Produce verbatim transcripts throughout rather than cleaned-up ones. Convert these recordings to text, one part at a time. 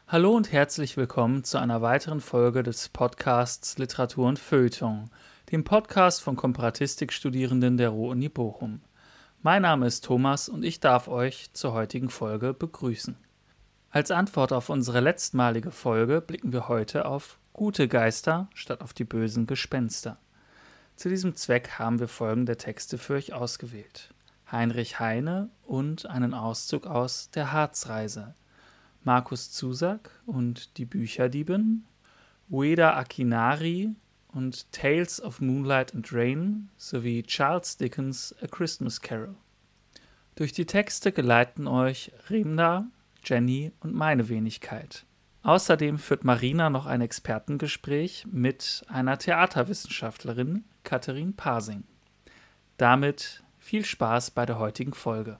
Hallo und herzlich willkommen zu einer weiteren Folge des Podcasts Literatur und Feuilleton, dem Podcast von Komparatistikstudierenden der Ruhr-Uni Bochum. Mein Name ist Thomas und ich darf euch zur heutigen Folge begrüßen. Als Antwort auf unsere letztmalige Folge blicken wir heute auf gute Geister statt auf die bösen Gespenster. Zu diesem Zweck haben wir folgende Texte für euch ausgewählt: Heinrich Heine und einen Auszug aus Der Harzreise, Markus Zusak und Die Bücherdiebin, Ueda Akinari und Tales of Moonlight and Rain sowie Charles Dickens' A Christmas Carol. Durch die Texte geleiten euch Remda, Jenny und meine Wenigkeit. Außerdem führt Marina noch ein Expertengespräch mit einer Theaterwissenschaftlerin, Katharin Pasing. Damit viel Spaß bei der heutigen Folge.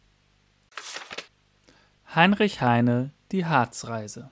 Heinrich Heine, Die Harzreise.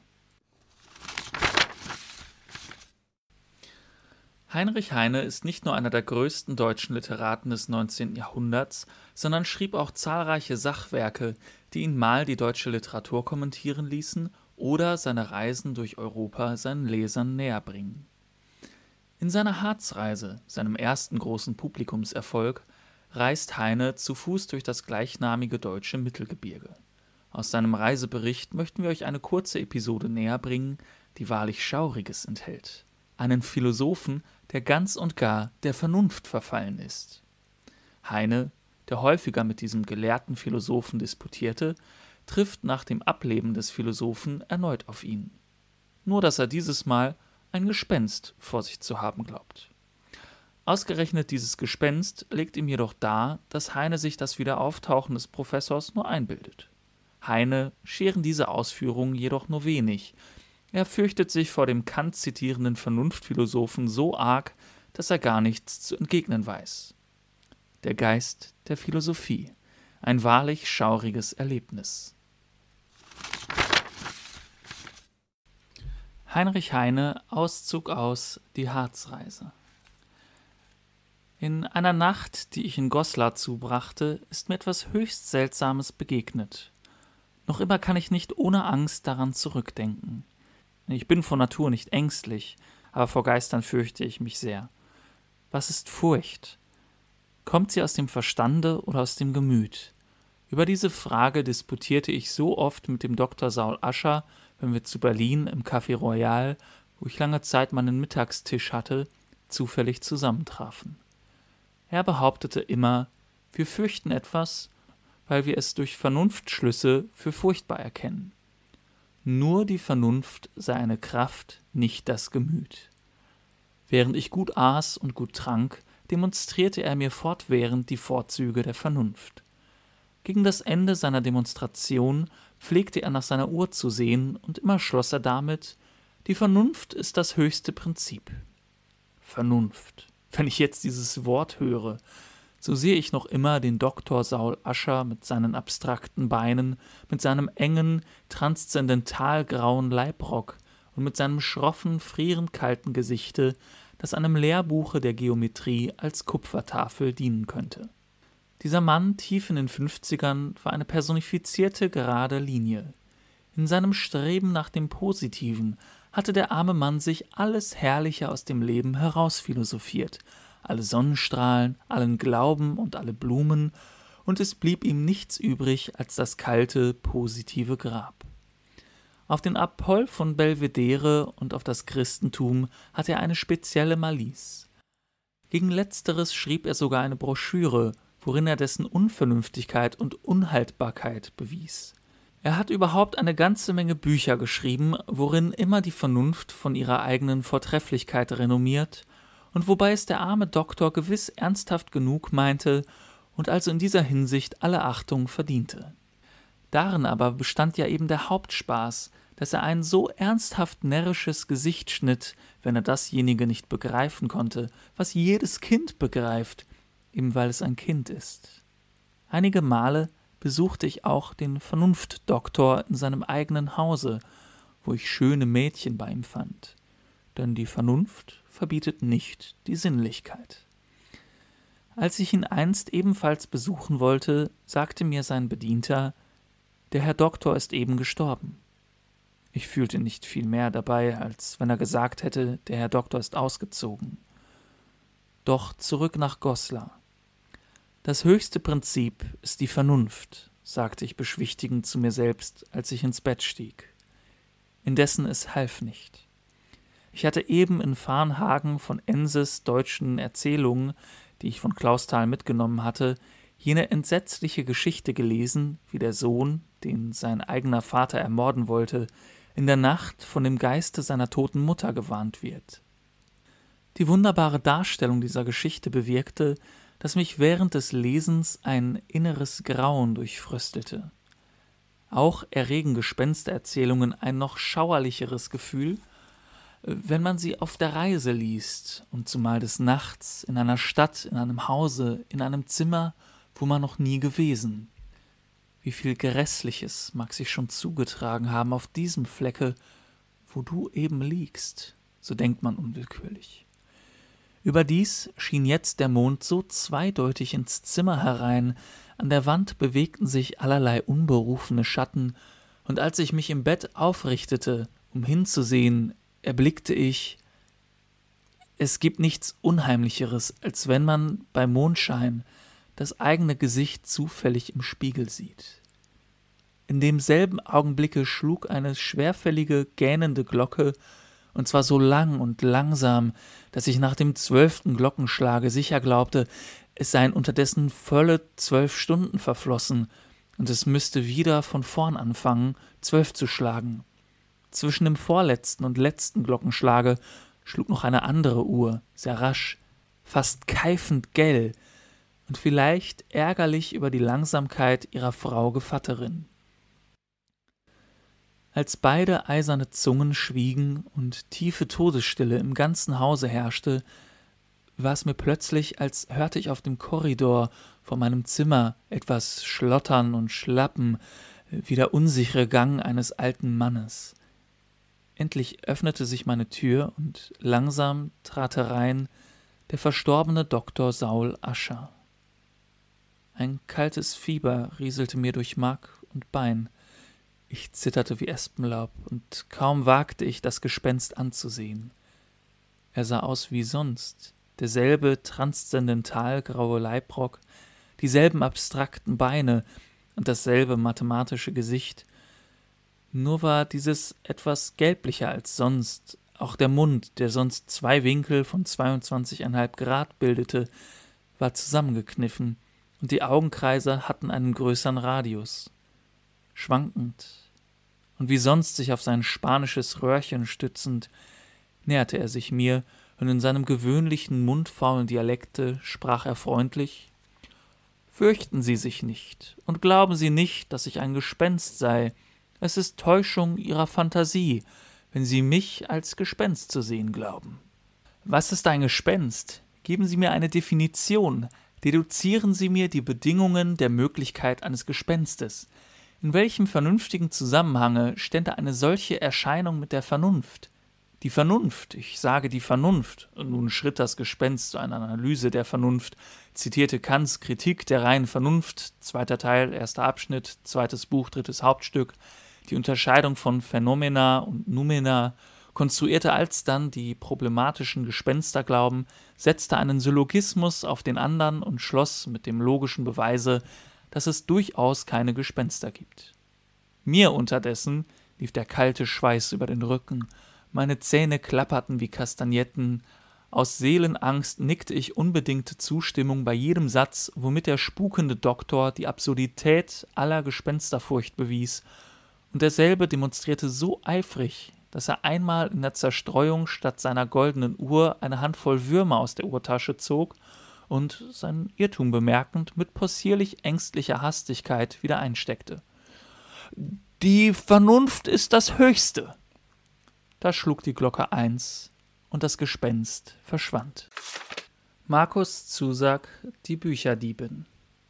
Heinrich Heine ist nicht nur einer der größten deutschen Literaten des neunzehnten Jahrhunderts, sondern schrieb auch zahlreiche Sachwerke, die ihn mal die deutsche Literatur kommentieren ließen oder seine Reisen durch Europa seinen Lesern näher bringen. In seiner Harzreise, seinem ersten großen Publikumserfolg, reist Heine zu Fuß durch das gleichnamige deutsche Mittelgebirge. Aus seinem Reisebericht möchten wir euch eine kurze Episode näher bringen, die wahrlich Schauriges enthält. Einen Philosophen, der ganz und gar der Vernunft verfallen ist. Heine, der häufiger mit diesem gelehrten Philosophen disputierte, trifft nach dem Ableben des Philosophen erneut auf ihn. Nur dass er dieses Mal ein Gespenst vor sich zu haben glaubt. Ausgerechnet dieses Gespenst legt ihm jedoch dar, dass Heine sich das Wiederauftauchen des Professors nur einbildet. Heine scheren diese Ausführungen jedoch nur wenig. Er fürchtet sich vor dem Kant zitierenden Vernunftphilosophen so arg, dass er gar nichts zu entgegnen weiß. Der Geist der Philosophie. Ein wahrlich schauriges Erlebnis. Heinrich Heine, Auszug aus Die Harzreise. In einer Nacht, die ich in Goslar zubrachte, ist mir etwas höchst Seltsames begegnet. Noch immer kann ich nicht ohne Angst daran zurückdenken. Ich bin von Natur nicht ängstlich, aber vor Geistern fürchte ich mich sehr. Was ist Furcht? Kommt sie aus dem Verstande oder aus dem Gemüt? Über diese Frage disputierte ich so oft mit dem Doktor Saul Ascher, wenn wir zu Berlin im Café Royal, wo ich lange Zeit meinen Mittagstisch hatte, zufällig zusammentrafen. Er behauptete immer, wir fürchten etwas, weil wir es durch Vernunftschlüsse für furchtbar erkennen. Nur die Vernunft sei eine Kraft, nicht das Gemüt. Während ich gut aß und gut trank, demonstrierte er mir fortwährend die Vorzüge der Vernunft. Gegen das Ende seiner Demonstration pflegte er nach seiner Uhr zu sehen, und immer schloss er damit: Die Vernunft ist das höchste Prinzip. Vernunft. Wenn ich jetzt dieses Wort höre, so sehe ich noch immer den Doktor Saul Ascher mit seinen abstrakten Beinen, mit seinem engen, transzendentalgrauen Leibrock und mit seinem schroffen, frierend kalten Gesichte, das einem Lehrbuche der Geometrie als Kupfertafel dienen könnte. Dieser Mann, tief in den Fünfzigern, war eine personifizierte gerade Linie. In seinem Streben nach dem Positiven hatte der arme Mann sich alles Herrliche aus dem Leben herausphilosophiert, alle Sonnenstrahlen, allen Glauben und alle Blumen, und es blieb ihm nichts übrig als das kalte, positive Grab. Auf den Apoll von Belvedere und auf das Christentum hatte er eine spezielle Malice. Gegen letzteres schrieb er sogar eine Broschüre, worin er dessen Unvernünftigkeit und Unhaltbarkeit bewies. Er hat überhaupt eine ganze Menge Bücher geschrieben, worin immer die Vernunft von ihrer eigenen Vortrefflichkeit renommiert, und wobei es der arme Doktor gewiss ernsthaft genug meinte und also in dieser Hinsicht alle Achtung verdiente. Darin aber bestand ja eben der Hauptspaß, dass er ein so ernsthaft närrisches Gesicht schnitt, wenn er dasjenige nicht begreifen konnte, was jedes Kind begreift, eben weil es ein Kind ist. Einige Male besuchte ich auch den Vernunftdoktor in seinem eigenen Hause, wo ich schöne Mädchen bei ihm fand. Denn die Vernunft verbietet nicht die Sinnlichkeit. Als ich ihn einst ebenfalls besuchen wollte, sagte mir sein Bedienter: Der Herr Doktor ist eben gestorben. Ich fühlte nicht viel mehr dabei, als wenn er gesagt hätte, der Herr Doktor ist ausgezogen. Doch zurück nach Goslar. Das höchste Prinzip ist die Vernunft, sagte ich beschwichtigend zu mir selbst, als ich ins Bett stieg. Indessen es half nicht. Ich hatte eben in Varnhagen von Enses deutschen Erzählungen, die ich von Clausthal mitgenommen hatte, jene entsetzliche Geschichte gelesen, wie der Sohn, den sein eigener Vater ermorden wollte, in der Nacht von dem Geiste seiner toten Mutter gewarnt wird. Die wunderbare Darstellung dieser Geschichte bewirkte, dass mich während des Lesens ein inneres Grauen durchfröstelte. Auch erregen Gespenstererzählungen ein noch schauerlicheres Gefühl, wenn man sie auf der Reise liest und zumal des Nachts in einer Stadt, in einem Hause, in einem Zimmer, wo man noch nie gewesen. Wie viel Grässliches mag sich schon zugetragen haben auf diesem Flecke, wo du eben liegst, so denkt man unwillkürlich. Überdies schien jetzt der Mond so zweideutig ins Zimmer herein, an der Wand bewegten sich allerlei unberufene Schatten, und als ich mich im Bett aufrichtete, um hinzusehen, erblickte ich, es gibt nichts Unheimlicheres, als wenn man bei Mondschein das eigene Gesicht zufällig im Spiegel sieht. In demselben Augenblicke schlug eine schwerfällige, gähnende Glocke, und zwar so lang und langsam, dass ich nach dem zwölften Glockenschlage sicher glaubte, es seien unterdessen volle zwölf Stunden verflossen, und es müsste wieder von vorn anfangen, zwölf zu schlagen. Zwischen dem vorletzten und letzten Glockenschlage schlug noch eine andere Uhr, sehr rasch, fast keifend gell, und vielleicht ärgerlich über die Langsamkeit ihrer Frau Gevatterin. Als beide eiserne Zungen schwiegen und tiefe Todesstille im ganzen Hause herrschte, war es mir plötzlich, als hörte ich auf dem Korridor vor meinem Zimmer etwas schlottern und schlappen, wie der unsichere Gang eines alten Mannes. Endlich öffnete sich meine Tür und langsam trat herein der verstorbene Doktor Saul Ascher. Ein kaltes Fieber rieselte mir durch Mark und Bein. Ich zitterte wie Espenlaub, und kaum wagte ich, das Gespenst anzusehen. Er sah aus wie sonst, derselbe transzendentalgraue Leibrock, dieselben abstrakten Beine und dasselbe mathematische Gesicht. Nur war dieses etwas gelblicher als sonst, auch der Mund, der sonst zwei Winkel von zweiundzwanzig Komma fünf Grad bildete, war zusammengekniffen, und die Augenkreise hatten einen größeren Radius. Schwankend und wie sonst sich auf sein spanisches Röhrchen stützend, näherte er sich mir, und in seinem gewöhnlichen mundfaulen Dialekte sprach er freundlich: »Fürchten Sie sich nicht und glauben Sie nicht, dass ich ein Gespenst sei. Es ist Täuschung Ihrer Fantasie, wenn Sie mich als Gespenst zu sehen glauben.« »Was ist ein Gespenst? Geben Sie mir eine Definition. Deduzieren Sie mir die Bedingungen der Möglichkeit eines Gespenstes. In welchem vernünftigen Zusammenhange stände eine solche Erscheinung mit der Vernunft? Die Vernunft, ich sage die Vernunft.« Und nun schritt das Gespenst zu einer Analyse der Vernunft, zitierte Kants Kritik der reinen Vernunft, zweiter Teil, erster Abschnitt, zweites Buch, drittes Hauptstück, die Unterscheidung von Phänomena und Noumena, konstruierte alsdann die problematischen Gespensterglauben, setzte einen Syllogismus auf den anderen und schloss mit dem logischen Beweise, dass es durchaus keine Gespenster gibt. Mir unterdessen lief der kalte Schweiß über den Rücken, meine Zähne klapperten wie Kastagnetten, aus Seelenangst nickte ich unbedingte Zustimmung bei jedem Satz, womit der spukende Doktor die Absurdität aller Gespensterfurcht bewies, und derselbe demonstrierte so eifrig, dass er einmal in der Zerstreuung statt seiner goldenen Uhr eine Handvoll Würmer aus der Uhrtasche zog und, seinen Irrtum bemerkend, mit possierlich ängstlicher Hastigkeit wieder einsteckte. »Die Vernunft ist das Höchste!« Da schlug die Glocke eins, und das Gespenst verschwand. Markus Zusak, Die Bücherdiebin.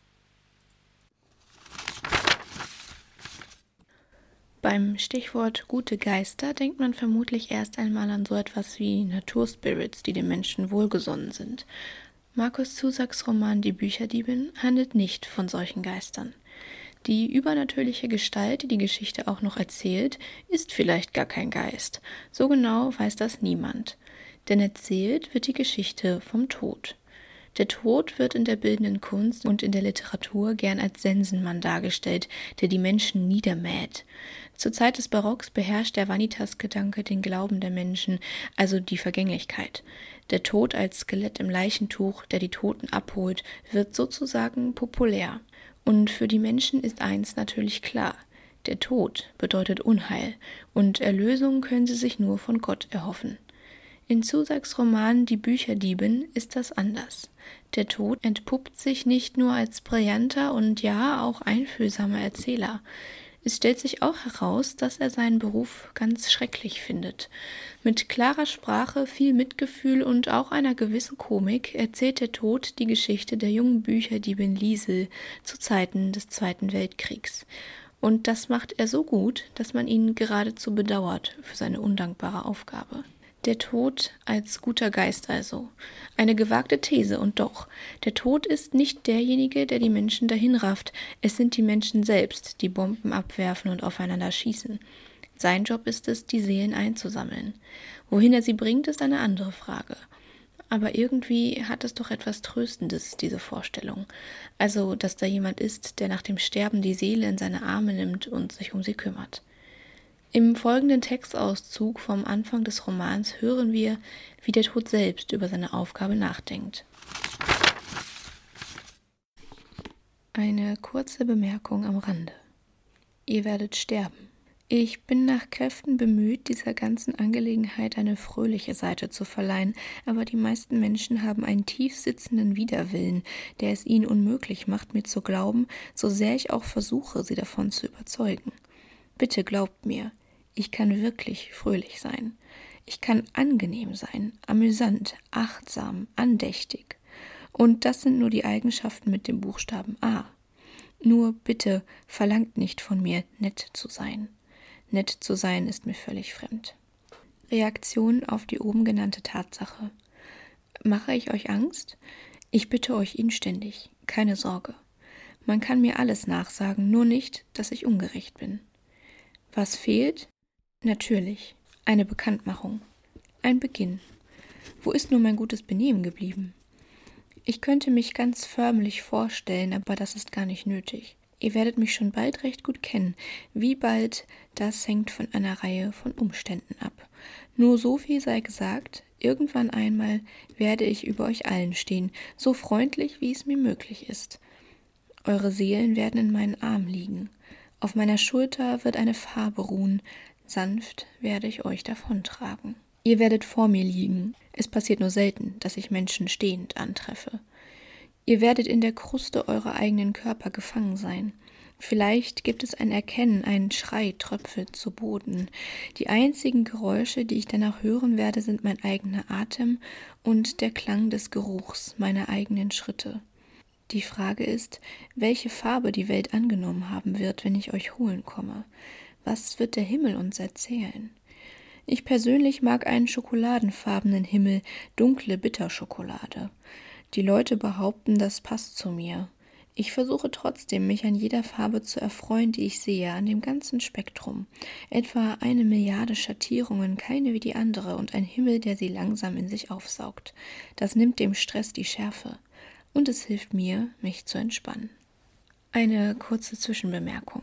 Beim Stichwort gute Geister denkt man vermutlich erst einmal an so etwas wie Naturspirits, die dem Menschen wohlgesonnen sind. Markus Zusaks Roman Die Bücherdiebin handelt nicht von solchen Geistern. Die übernatürliche Gestalt, die die Geschichte auch noch erzählt, ist vielleicht gar kein Geist. So genau weiß das niemand. Denn erzählt wird die Geschichte vom Tod. Der Tod wird in der bildenden Kunst und in der Literatur gern als Sensenmann dargestellt, der die Menschen niedermäht. Zur Zeit des Barocks beherrscht der Vanitas-Gedanke den Glauben der Menschen, also die Vergänglichkeit. Der Tod als Skelett im Leichentuch, der die Toten abholt, wird sozusagen populär. Und für die Menschen ist eins natürlich klar: Der Tod bedeutet Unheil, und Erlösung können sie sich nur von Gott erhoffen. In Zusacks Roman Die Bücherdiebin ist das anders. Der Tod entpuppt sich nicht nur als brillanter und ja auch einfühlsamer Erzähler. Es stellt sich auch heraus, dass er seinen Beruf ganz schrecklich findet. Mit klarer Sprache, viel Mitgefühl und auch einer gewissen Komik erzählt der Tod die Geschichte der jungen Bücherdiebin Liesel zu Zeiten des Zweiten Weltkriegs. Und das macht er so gut, dass man ihn geradezu bedauert für seine undankbare Aufgabe. Der Tod als guter Geist also. Eine gewagte These, und doch. Der Tod ist nicht derjenige, der die Menschen dahin rafft. Es sind die Menschen selbst, die Bomben abwerfen und aufeinander schießen. Sein Job ist es, die Seelen einzusammeln. Wohin er sie bringt, ist eine andere Frage. Aber irgendwie hat es doch etwas Tröstendes, diese Vorstellung. Also, dass da jemand ist, der nach dem Sterben die Seele in seine Arme nimmt und sich um sie kümmert. Im folgenden Textauszug vom Anfang des Romans hören wir, wie der Tod selbst über seine Aufgabe nachdenkt. Eine kurze Bemerkung am Rande. Ihr werdet sterben. Ich bin nach Kräften bemüht, dieser ganzen Angelegenheit eine fröhliche Seite zu verleihen, aber die meisten Menschen haben einen tief sitzenden Widerwillen, der es ihnen unmöglich macht, mir zu glauben, so sehr ich auch versuche, sie davon zu überzeugen. Bitte glaubt mir, ich kann wirklich fröhlich sein. Ich kann angenehm sein, amüsant, achtsam, andächtig. Und das sind nur die Eigenschaften mit dem Buchstaben A. Nur bitte verlangt nicht von mir, nett zu sein. Nett zu sein ist mir völlig fremd. Reaktion auf die oben genannte Tatsache. Mache ich euch Angst? Ich bitte euch inständig, keine Sorge. Man kann mir alles nachsagen, nur nicht, dass ich ungerecht bin. Was fehlt? Natürlich, eine Bekanntmachung. Ein Beginn. Wo ist nur mein gutes Benehmen geblieben? Ich könnte mich ganz förmlich vorstellen, aber das ist gar nicht nötig. Ihr werdet mich schon bald recht gut kennen. Wie bald, das hängt von einer Reihe von Umständen ab. Nur so viel sei gesagt, irgendwann einmal werde ich über euch allen stehen, so freundlich, wie es mir möglich ist. Eure Seelen werden in meinen Armen liegen. Auf meiner Schulter wird eine Farbe ruhen, sanft werde ich euch davontragen. Ihr werdet vor mir liegen. Es passiert nur selten, dass ich Menschen stehend antreffe. Ihr werdet in der Kruste eurer eigenen Körper gefangen sein. Vielleicht gibt es ein Erkennen, ein Schrei tröpfelt zu Boden. Die einzigen Geräusche, die ich danach hören werde, sind mein eigener Atem und der Klang des Geruchs meiner eigenen Schritte. Die Frage ist, welche Farbe die Welt angenommen haben wird, wenn ich euch holen komme. Was wird der Himmel uns erzählen? Ich persönlich mag einen schokoladenfarbenen Himmel, dunkle Bitterschokolade. Die Leute behaupten, das passt zu mir. Ich versuche trotzdem, mich an jeder Farbe zu erfreuen, die ich sehe, an dem ganzen Spektrum. Etwa eine Milliarde Schattierungen, keine wie die andere, und ein Himmel, der sie langsam in sich aufsaugt. Das nimmt dem Stress die Schärfe. Und es hilft mir, mich zu entspannen. Eine kurze Zwischenbemerkung.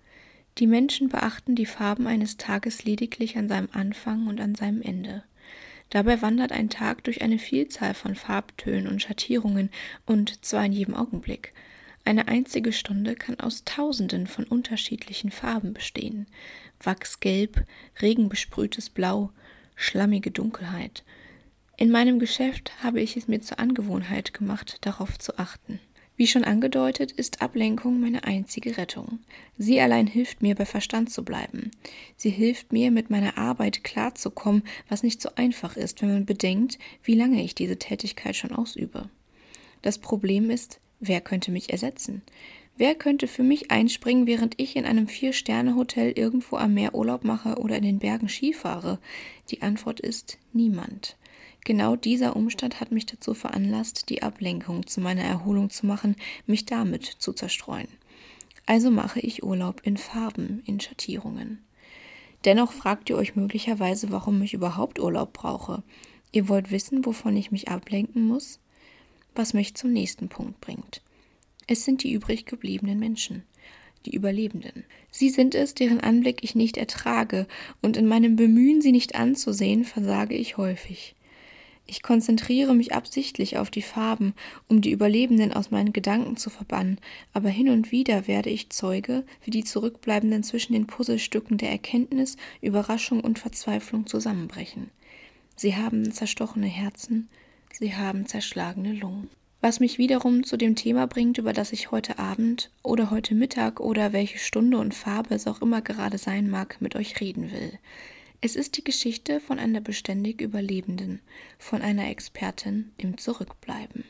Die Menschen beachten die Farben eines Tages lediglich an seinem Anfang und an seinem Ende. Dabei wandert ein Tag durch eine Vielzahl von Farbtönen und Schattierungen, und zwar in jedem Augenblick. Eine einzige Stunde kann aus Tausenden von unterschiedlichen Farben bestehen. Wachsgelb, regenbesprühtes Blau, schlammige Dunkelheit. In meinem Geschäft habe ich es mir zur Angewohnheit gemacht, darauf zu achten. Wie schon angedeutet, ist Ablenkung meine einzige Rettung. Sie allein hilft mir, bei Verstand zu bleiben. Sie hilft mir, mit meiner Arbeit klarzukommen, was nicht so einfach ist, wenn man bedenkt, wie lange ich diese Tätigkeit schon ausübe. Das Problem ist, wer könnte mich ersetzen? Wer könnte für mich einspringen, während ich in einem Vier-Sterne-Hotel irgendwo am Meer Urlaub mache oder in den Bergen Ski fahre? Die Antwort ist niemand. Genau dieser Umstand hat mich dazu veranlasst, die Ablenkung zu meiner Erholung zu machen, mich damit zu zerstreuen. Also mache ich Urlaub in Farben, in Schattierungen. Dennoch fragt ihr euch möglicherweise, warum ich überhaupt Urlaub brauche. Ihr wollt wissen, wovon ich mich ablenken muss? Was mich zum nächsten Punkt bringt. Es sind die übrig gebliebenen Menschen, die Überlebenden. Sie sind es, deren Anblick ich nicht ertrage, und in meinem Bemühen, sie nicht anzusehen, versage ich häufig. Ich konzentriere mich absichtlich auf die Farben, um die Überlebenden aus meinen Gedanken zu verbannen, aber hin und wieder werde ich Zeuge, wie die Zurückbleibenden zwischen den Puzzlestücken der Erkenntnis, Überraschung und Verzweiflung zusammenbrechen. Sie haben zerstochene Herzen, sie haben zerschlagene Lungen. Was mich wiederum zu dem Thema bringt, über das ich heute Abend oder heute Mittag oder welche Stunde und Farbe es auch immer gerade sein mag, mit euch reden will. Es ist die Geschichte von einer beständig Überlebenden, von einer Expertin im Zurückbleiben.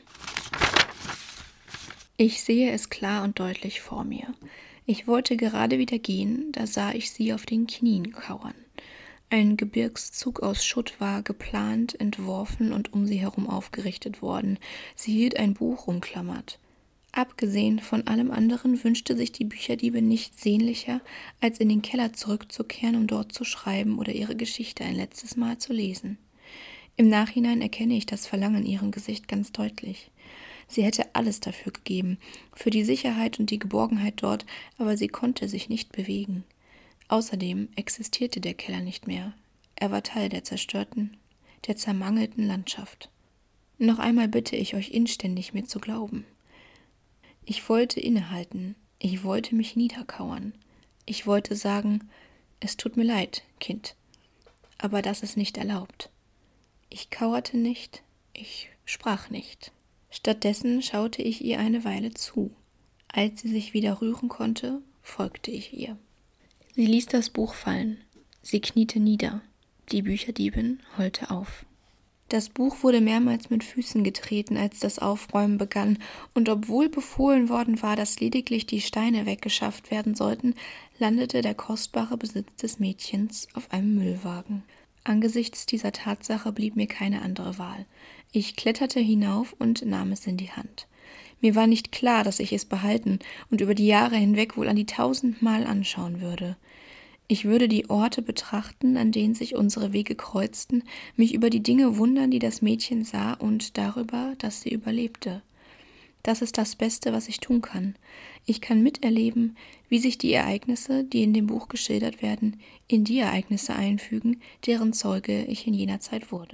Ich sehe es klar und deutlich vor mir. Ich wollte gerade wieder gehen, da sah ich sie auf den Knien kauern. Ein Gebirgszug aus Schutt war geplant, entworfen und um sie herum aufgerichtet worden. Sie hielt ein Buch umklammert. Abgesehen von allem anderen wünschte sich die Bücherdiebe nichts sehnlicher, als in den Keller zurückzukehren, um dort zu schreiben oder ihre Geschichte ein letztes Mal zu lesen. Im Nachhinein erkenne ich das Verlangen in ihrem Gesicht ganz deutlich. Sie hätte alles dafür gegeben, für die Sicherheit und die Geborgenheit dort, aber sie konnte sich nicht bewegen. Außerdem existierte der Keller nicht mehr. Er war Teil der zerstörten, der zermangelten Landschaft. Noch einmal bitte ich euch inständig, mir zu glauben. Ich wollte innehalten, ich wollte mich niederkauern. Ich wollte sagen, es tut mir leid, Kind, aber das ist nicht erlaubt. Ich kauerte nicht, ich sprach nicht. Stattdessen schaute ich ihr eine Weile zu. Als sie sich wieder rühren konnte, folgte ich ihr. Sie ließ das Buch fallen. Sie kniete nieder. Die Bücherdiebin heulte auf. Das Buch wurde mehrmals mit Füßen getreten, als das Aufräumen begann, und obwohl befohlen worden war, dass lediglich die Steine weggeschafft werden sollten, landete der kostbare Besitz des Mädchens auf einem Müllwagen. Angesichts dieser Tatsache blieb mir keine andere Wahl. Ich kletterte hinauf und nahm es in die Hand. Mir war nicht klar, dass ich es behalten und über die Jahre hinweg wohl an die tausendmal anschauen würde. Ich würde die Orte betrachten, an denen sich unsere Wege kreuzten, mich über die Dinge wundern, die das Mädchen sah, und darüber, dass sie überlebte. Das ist das Beste, was ich tun kann. Ich kann miterleben, wie sich die Ereignisse, die in dem Buch geschildert werden, in die Ereignisse einfügen, deren Zeuge ich in jener Zeit wurde.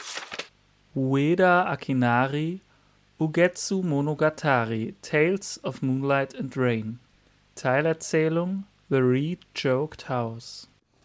Ueda Akinari, Ugetsu Monogatari, Tales of Moonlight and Rain. Teilerzählung The Reed-Choked House.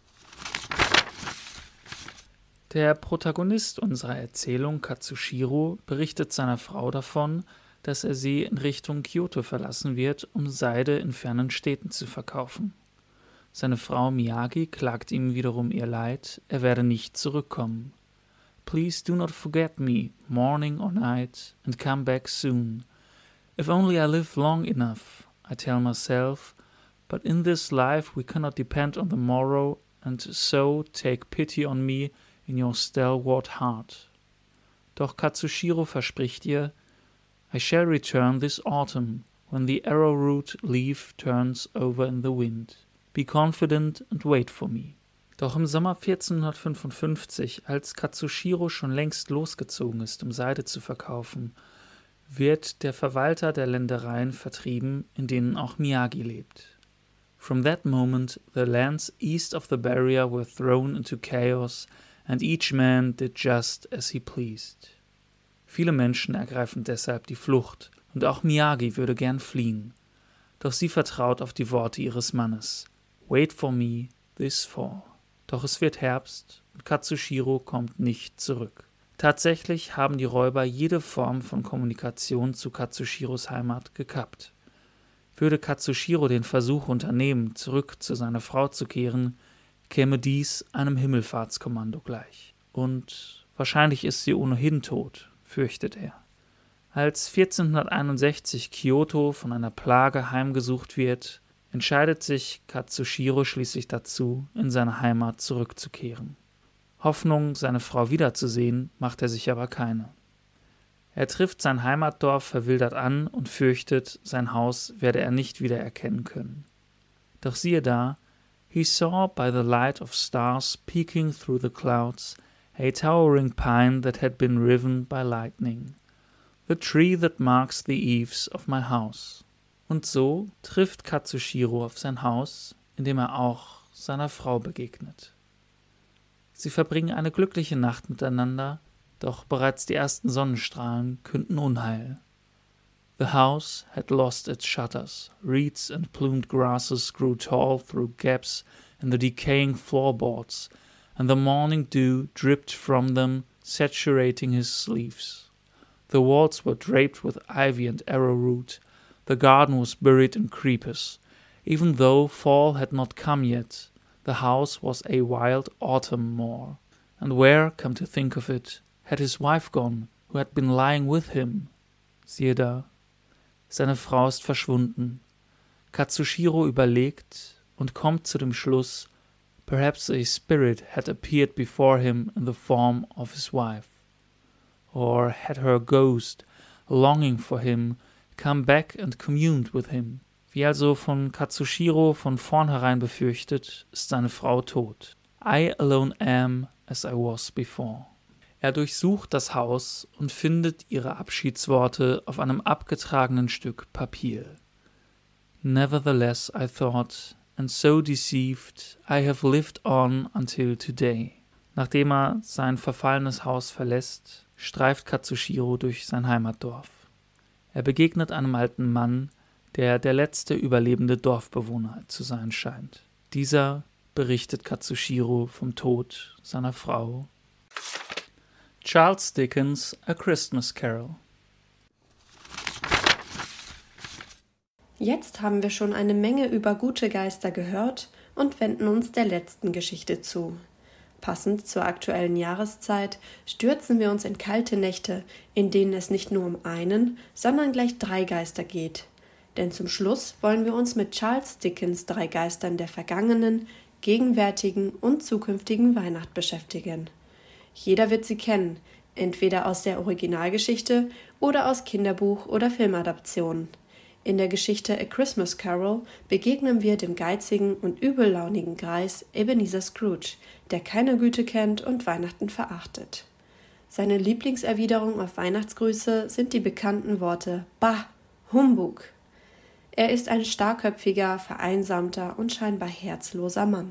Der Protagonist unserer Erzählung, Katsushiro, berichtet seiner Frau davon, dass er sie in Richtung Kyoto verlassen wird, um Seide in fernen Städten zu verkaufen. Seine Frau Miyagi klagt ihm wiederum ihr Leid, er werde nicht zurückkommen. Please do not forget me, morning or night, and come back soon. If only I live long enough, I tell myself, but in this life we cannot depend on the morrow, and so take pity on me in your stalwart heart. Doch Katsushiro verspricht ihr, I shall return this autumn, when the arrowroot leaf turns over in the wind. Be confident and wait for me. Doch im Sommer vierzehnhundertfünfundfünfzig, als Katsushiro schon längst losgezogen ist, um Seide zu verkaufen, wird der Verwalter der Ländereien vertrieben, in denen auch Miyagi lebt. From that moment, the lands east of the barrier were thrown into chaos, and each man did just as he pleased. Viele Menschen ergreifen deshalb die Flucht, und auch Miyagi würde gern fliehen. Doch sie vertraut auf die Worte ihres Mannes. Wait for me this fall. Doch es wird Herbst, und Katsushiro kommt nicht zurück. Tatsächlich haben die Räuber jede Form von Kommunikation zu Katsushiros Heimat gekappt. Würde Katsushiro den Versuch unternehmen, zurück zu seiner Frau zu kehren, käme dies einem Himmelfahrtskommando gleich. Und wahrscheinlich ist sie ohnehin tot, fürchtet er. Als vierzehnhunderteinundsechzig Kyoto von einer Plage heimgesucht wird, entscheidet sich Katsushiro schließlich dazu, in seine Heimat zurückzukehren. Hoffnung, seine Frau wiederzusehen, macht er sich aber keine. Er trifft sein Heimatdorf verwildert an und fürchtet, sein Haus werde er nicht wiedererkennen können. Doch siehe da, he saw by the light of stars peeking through the clouds a towering pine that had been riven by lightning, the tree that marks the eaves of my house. Und so trifft Katsushiro auf sein Haus, in dem er auch seiner Frau begegnet. Sie verbringen eine glückliche Nacht miteinander, doch bereits die ersten Sonnenstrahlen künden Unheil. The house had lost its shutters, reeds and plumed grasses grew tall through gaps in the decaying floorboards, and the morning dew dripped from them, saturating his sleeves. The walls were draped with ivy and arrowroot, the garden was buried in creepers. Even though fall had not come yet, the house was a wild autumn moor. And where, come to think of it, had his wife gone, who had been lying with him? Siehe da, seine Frau ist verschwunden. Katsushiro überlegt und kommt zu dem Schluss, perhaps a spirit had appeared before him in the form of his wife. Or had her ghost, longing for him, come back and communed with him. Wie also von Katsushiro von vornherein befürchtet, ist seine Frau tot. I alone am as I was before. Er durchsucht das Haus und findet ihre Abschiedsworte auf einem abgetragenen Stück Papier. Nevertheless, I thought, and so deceived, I have lived on until today. Nachdem er sein verfallenes Haus verlässt, streift Katsushiro durch sein Heimatdorf. Er begegnet einem alten Mann, der der letzte überlebende Dorfbewohner zu sein scheint. Dieser berichtet Katsushiro vom Tod seiner Frau. Charles Dickens' A Christmas Carol. Jetzt haben wir schon eine Menge über gute Geister gehört und wenden uns der letzten Geschichte zu. Passend zur aktuellen Jahreszeit stürzen wir uns in kalte Nächte, in denen es nicht nur um einen, sondern gleich drei Geister geht. Denn zum Schluss wollen wir uns mit Charles Dickens' drei Geistern der vergangenen, gegenwärtigen und zukünftigen Weihnacht beschäftigen. Jeder wird sie kennen, entweder aus der Originalgeschichte oder aus Kinderbuch- oder Filmadaptionen. In der Geschichte A Christmas Carol begegnen wir dem geizigen und übellaunigen Greis Ebenezer Scrooge, der keine Güte kennt und Weihnachten verachtet. Seine Lieblingserwiderung auf Weihnachtsgrüße sind die bekannten Worte Bah, Humbug. Er ist ein starrköpfiger, vereinsamter und scheinbar herzloser Mann.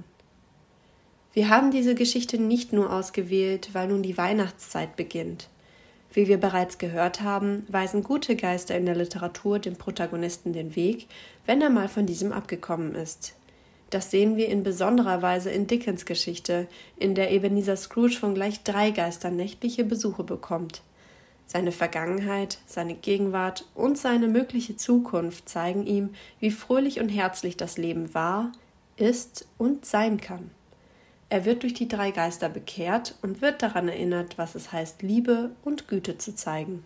Wir haben diese Geschichte nicht nur ausgewählt, weil nun die Weihnachtszeit beginnt. Wie wir bereits gehört haben, weisen gute Geister in der Literatur dem Protagonisten den Weg, wenn er mal von diesem abgekommen ist. Das sehen wir in besonderer Weise in Dickens Geschichte, in der Ebenezer Scrooge von gleich drei Geistern nächtliche Besuche bekommt. Seine Vergangenheit, seine Gegenwart und seine mögliche Zukunft zeigen ihm, wie fröhlich und herzlich das Leben war, ist und sein kann. Er wird durch die drei Geister bekehrt und wird daran erinnert, was es heißt, Liebe und Güte zu zeigen.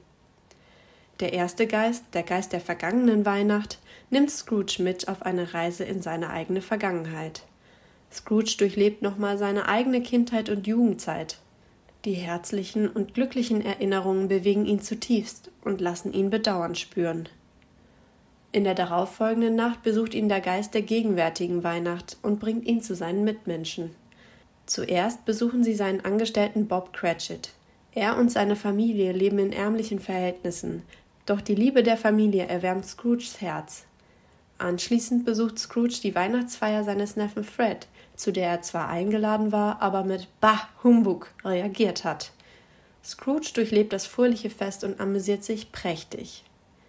Der erste Geist, der Geist der vergangenen Weihnacht, nimmt Scrooge mit auf eine Reise in seine eigene Vergangenheit. Scrooge durchlebt nochmal seine eigene Kindheit und Jugendzeit. Die herzlichen und glücklichen Erinnerungen bewegen ihn zutiefst und lassen ihn Bedauern spüren. In der darauffolgenden Nacht besucht ihn der Geist der gegenwärtigen Weihnacht und bringt ihn zu seinen Mitmenschen. Zuerst besuchen sie seinen Angestellten Bob Cratchit. Er und seine Familie leben in ärmlichen Verhältnissen, doch die Liebe der Familie erwärmt Scrooges Herz. Anschließend besucht Scrooge die Weihnachtsfeier seines Neffen Fred, zu der er zwar eingeladen war, aber mit Bah, Humbug reagiert hat. Scrooge durchlebt das fröhliche Fest und amüsiert sich prächtig.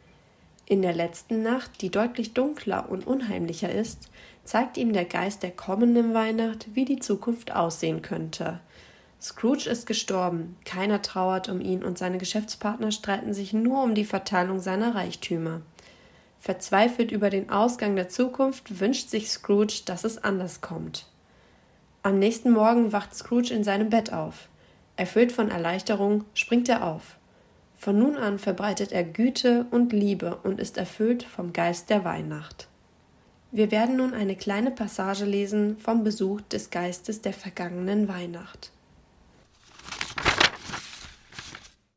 In der letzten Nacht, die deutlich dunkler und unheimlicher ist, zeigt ihm der Geist der kommenden Weihnacht, wie die Zukunft aussehen könnte. Scrooge ist gestorben, keiner trauert um ihn und seine Geschäftspartner streiten sich nur um die Verteilung seiner Reichtümer. Verzweifelt über den Ausgang der Zukunft wünscht sich Scrooge, dass es anders kommt. Am nächsten Morgen wacht Scrooge in seinem Bett auf. Erfüllt von Erleichterung springt er auf. Von nun an verbreitet er Güte und Liebe und ist erfüllt vom Geist der Weihnacht. Wir werden nun eine kleine Passage lesen vom Besuch des Geistes der vergangenen Weihnacht.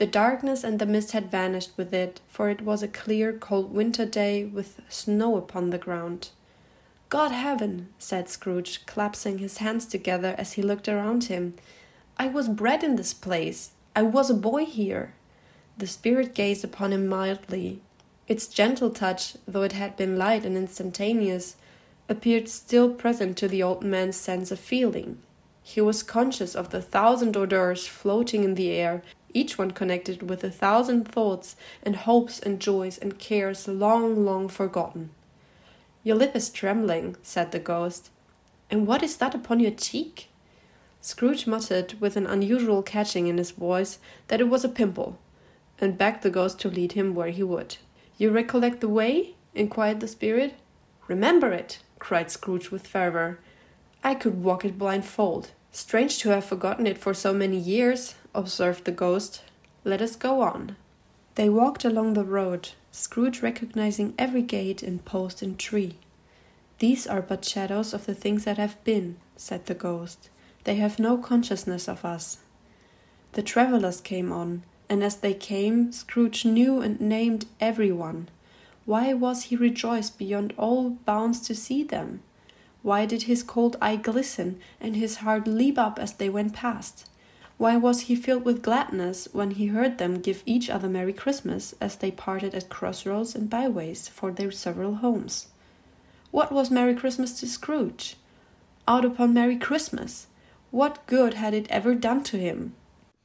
The darkness and the mist had vanished with it, for it was a clear, cold winter day with snow upon the ground. "Good heaven!" said Scrooge, clasping his hands together as he looked around him. "I was bred in this place. I was a boy here." The spirit gazed upon him mildly. Its gentle touch, though it had been light and instantaneous, appeared still present to the old man's sense of feeling. He was conscious of the thousand odors floating in the air, each one connected with a thousand thoughts and hopes and joys and cares long, long forgotten. "Your lip is trembling," said the ghost. "And what is that upon your cheek?" Scrooge muttered, with an unusual catching in his voice, that it was a pimple, and begged the ghost to lead him where he would. "You recollect the way?" inquired the spirit. "Remember it!" cried Scrooge with fervour. "I could walk it blindfold." "Strange to have forgotten it for so many years," observed the ghost. "Let us go on." They walked along the road, Scrooge recognizing every gate and post and tree. "These are but shadows of the things that have been," said the ghost. "They have no consciousness of us." The travellers came on, and as they came, Scrooge knew and named every one. Why was he rejoiced beyond all bounds to see them? Why did his cold eye glisten and his heart leap up as they went past? Why was he filled with gladness when he heard them give each other Merry Christmas as they parted at crossroads and byways for their several homes? What was Merry Christmas to Scrooge? Out upon Merry Christmas! What good had it ever done to him?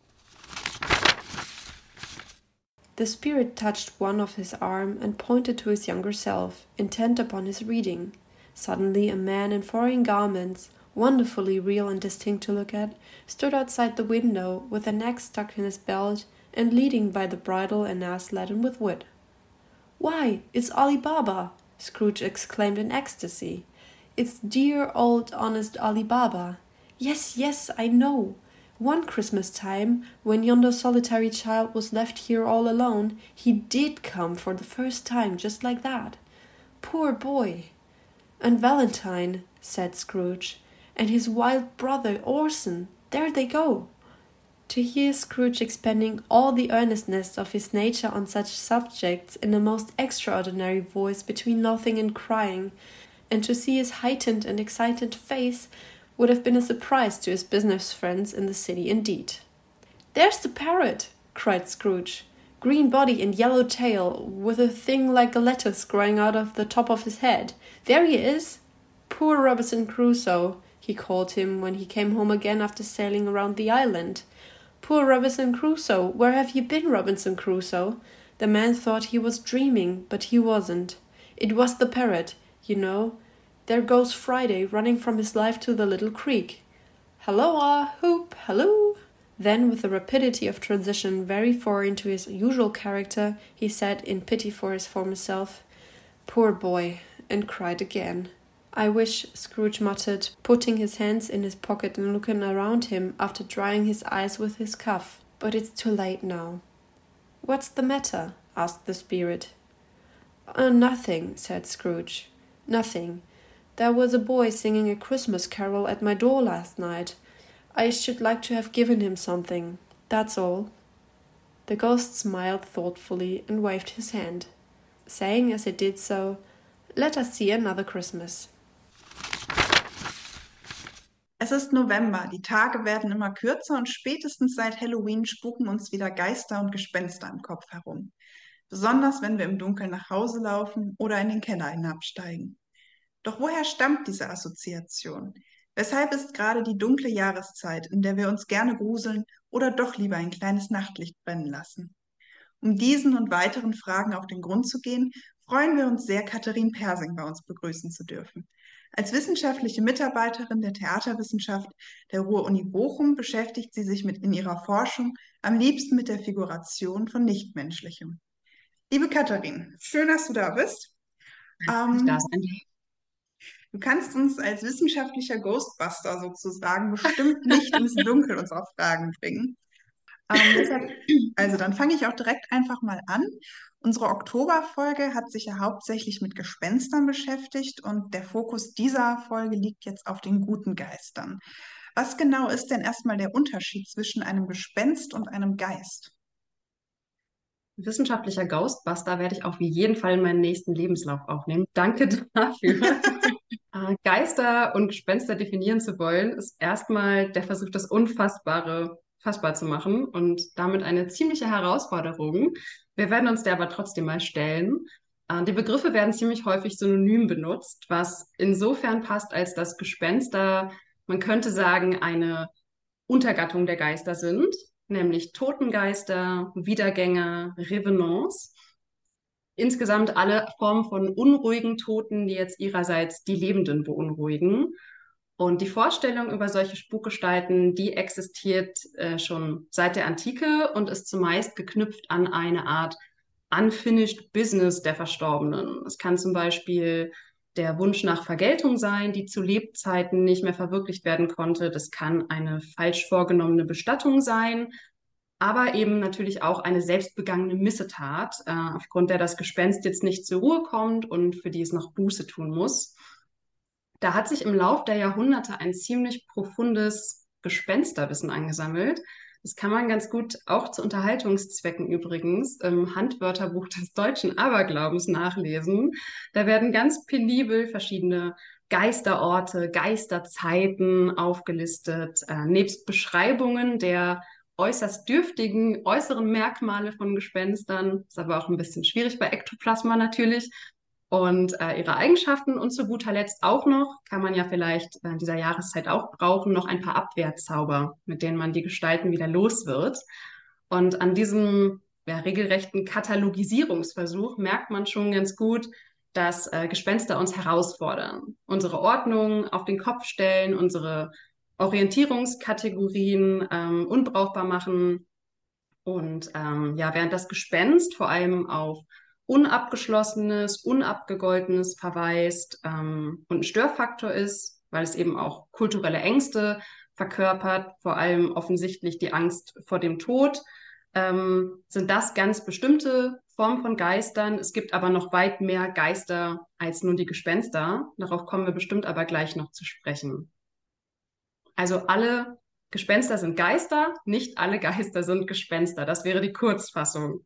The spirit touched one of his arm and pointed to his younger self, intent upon his reading. Suddenly a man in foreign garments, wonderfully real and distinct to look at, stood outside the window with an axe stuck in his belt and leading by the bridle an ass laden with wood. "Why, it's Ali Baba!" Scrooge exclaimed in ecstasy. "It's dear old honest Ali Baba. Yes, yes, I know. One Christmas time, when yonder solitary child was left here all alone, he did come for the first time just like that. Poor boy! And Valentine," said Scrooge, "and his wild brother Orson, there they go." To hear Scrooge expending all the earnestness of his nature on such subjects in a most extraordinary voice between laughing and crying, and to see his heightened and excited face, would have been a surprise to his business friends in the city indeed. "There's the parrot!" cried Scrooge. "Green body and yellow tail, with a thing like a lettuce growing out of the top of his head. There he is! Poor Robinson Crusoe, he called him when he came home again after sailing around the island. Poor Robinson Crusoe, where have you been, Robinson Crusoe?" The man thought he was dreaming, but he wasn't. It was the parrot, you know. There goes Friday, running from his life to the little creek. "Halloa, hoop, halloo!" Then, with a rapidity of transition very foreign to his usual character, he said, in pity for his former self, "Poor boy," and cried again. "I wish," Scrooge muttered, putting his hands in his pocket and looking around him after drying his eyes with his cuff, "but it's too late now." "What's the matter?" asked the spirit. Uh, nothing," said Scrooge. "Nothing. There was a boy singing a Christmas carol at my door last night. I should like to have given him something. That's all." The ghost smiled thoughtfully and waved his hand, saying as it did so, "Let us see another Christmas." Es ist November, die Tage werden immer kürzer und spätestens seit Halloween spuken uns wieder Geister und Gespenster im Kopf herum. Besonders wenn wir im Dunkeln nach Hause laufen oder in den Keller hinabsteigen. Doch woher stammt diese Assoziation? Weshalb ist gerade die dunkle Jahreszeit, in der wir uns gerne gruseln oder doch lieber ein kleines Nachtlicht brennen lassen? Um diesen und weiteren Fragen auf den Grund zu gehen, freuen wir uns sehr, Katharin Persing bei uns begrüßen zu dürfen. Als wissenschaftliche Mitarbeiterin der Theaterwissenschaft der Ruhr-Uni Bochum beschäftigt sie sich mit in ihrer Forschung am liebsten mit der Figuration von Nichtmenschlichem. Liebe Katharin, schön, dass du da bist. Ähm, da sein. Du kannst uns als wissenschaftlicher Ghostbuster sozusagen bestimmt Licht ins Dunkel unserer Fragen bringen. Ähm, deshalb, also dann fange ich auch direkt einfach mal an. Unsere Oktoberfolge hat sich ja hauptsächlich mit Gespenstern beschäftigt und der Fokus dieser Folge liegt jetzt auf den guten Geistern. Was genau ist denn erstmal der Unterschied zwischen einem Gespenst und einem Geist? wissenschaftlicher Ghostbuster werde ich auf jeden Fall in meinen nächsten Lebenslauf aufnehmen. Danke dafür. Äh, Geister und Gespenster definieren zu wollen, ist erstmal der Versuch, das Unfassbare fassbar zu machen und damit eine ziemliche Herausforderung. Wir werden uns der aber trotzdem mal stellen. Äh, die Begriffe werden ziemlich häufig synonym benutzt, was insofern passt, als dass Gespenster, man könnte sagen, eine Untergattung der Geister sind, nämlich Totengeister, Wiedergänger, Revenants. Insgesamt alle Formen von unruhigen Toten, die jetzt ihrerseits die Lebenden beunruhigen. Und die Vorstellung über solche Spukgestalten, die existiert äh, schon seit der Antike und ist zumeist geknüpft an eine Art unfinished business der Verstorbenen. Es kann zum Beispiel der Wunsch nach Vergeltung sein, die zu Lebzeiten nicht mehr verwirklicht werden konnte. Das kann eine falsch vorgenommene Bestattung sein, aber eben natürlich auch eine selbstbegangene Missetat, äh, aufgrund der das Gespenst jetzt nicht zur Ruhe kommt und für die es noch Buße tun muss. Da hat sich im Lauf der Jahrhunderte ein ziemlich profundes Gespensterwissen angesammelt. Das kann man ganz gut auch zu Unterhaltungszwecken übrigens im Handwörterbuch des deutschen Aberglaubens nachlesen. Da werden ganz penibel verschiedene Geisterorte, Geisterzeiten aufgelistet, äh, nebst Beschreibungen der äußerst dürftigen äußeren Merkmale von Gespenstern. Ist aber auch ein bisschen schwierig bei Ektoplasma natürlich. Und äh, ihre Eigenschaften und zu guter Letzt auch noch, kann man ja vielleicht in dieser Jahreszeit auch brauchen, noch ein paar Abwehrzauber, mit denen man die Gestalten wieder los wird. Und an diesem ja, regelrechten Katalogisierungsversuch merkt man schon ganz gut, dass äh, Gespenster uns herausfordern, unsere Ordnung auf den Kopf stellen, unsere Orientierungskategorien ähm, unbrauchbar machen. Und ähm, ja, während das Gespenst vor allem auf Unabgeschlossenes, Unabgegoltenes verweist ähm, und ein Störfaktor ist, weil es eben auch kulturelle Ängste verkörpert, vor allem offensichtlich die Angst vor dem Tod, ähm, sind das ganz bestimmte Formen von Geistern. Es gibt aber noch weit mehr Geister als nur die Gespenster. Darauf kommen wir bestimmt aber gleich noch zu sprechen. Also alle Gespenster sind Geister, nicht alle Geister sind Gespenster. Das wäre die Kurzfassung.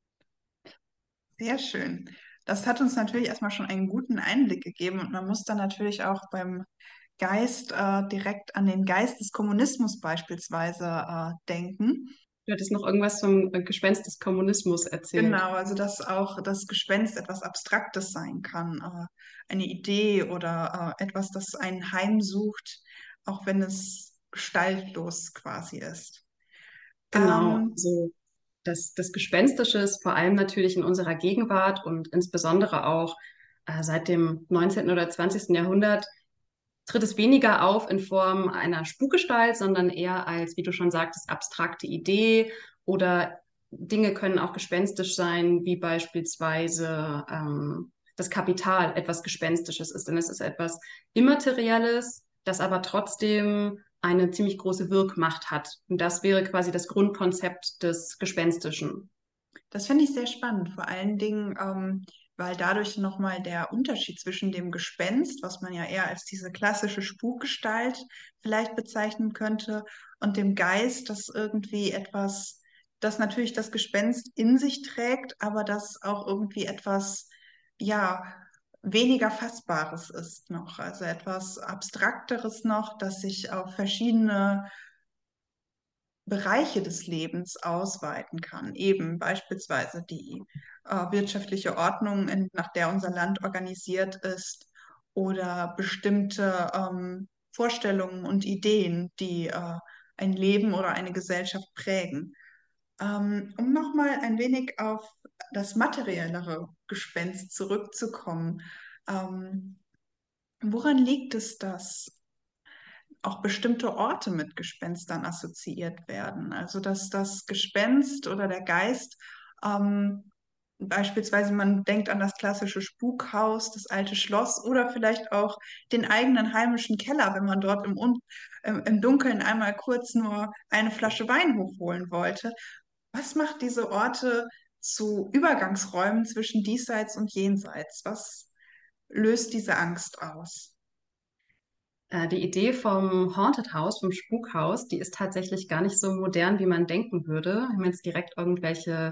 Sehr schön. Das hat uns natürlich erstmal schon einen guten Einblick gegeben und man muss dann natürlich auch beim Geist äh, direkt an den Geist des Kommunismus beispielsweise äh, denken. Du hattest noch irgendwas zum äh, Gespenst des Kommunismus erzählt. Genau, also dass auch das Gespenst etwas Abstraktes sein kann, äh, eine Idee oder äh, etwas, das einen heimsucht, auch wenn es gestaltlos quasi ist. Genau, Ähm, also das, das Gespenstische ist vor allem natürlich in unserer Gegenwart und insbesondere auch äh, seit dem neunzehnten oder zwanzigsten Jahrhundert tritt es weniger auf in Form einer Spukgestalt, sondern eher als, wie du schon sagtest, abstrakte Idee oder Dinge können auch gespenstisch sein, wie beispielsweise ähm, das Kapital etwas Gespenstisches ist. Denn es ist etwas Immaterielles, das aber trotzdem eine ziemlich große Wirkmacht hat. Und das wäre quasi das Grundkonzept des Gespenstischen. Das finde ich sehr spannend, vor allen Dingen, ähm, weil dadurch nochmal der Unterschied zwischen dem Gespenst, was man ja eher als diese klassische Spukgestalt vielleicht bezeichnen könnte, und dem Geist, das irgendwie etwas, das natürlich das Gespenst in sich trägt, aber das auch irgendwie etwas, ja, weniger Fassbares ist noch, also etwas Abstrakteres noch, das sich auf verschiedene Bereiche des Lebens ausweiten kann. Eben beispielsweise die äh, wirtschaftliche Ordnung, in, nach der unser Land organisiert ist, oder bestimmte ähm, Vorstellungen und Ideen, die äh, ein Leben oder eine Gesellschaft prägen. Ähm, um nochmal ein wenig auf das materiellere Gespenst zurückzukommen. Ähm, woran liegt es, dass auch bestimmte Orte mit Gespenstern assoziiert werden? Also dass das Gespenst oder der Geist, ähm, beispielsweise man denkt an das klassische Spukhaus, das alte Schloss oder vielleicht auch den eigenen heimischen Keller, wenn man dort im, Un im, im Dunkeln einmal kurz nur eine Flasche Wein hochholen wollte. Was macht diese Orte zu Übergangsräumen zwischen Diesseits und Jenseits? Was löst diese Angst aus? Äh, die Idee vom Haunted House, vom Spukhaus, die ist tatsächlich gar nicht so modern, wie man denken würde. Wir haben jetzt direkt irgendwelche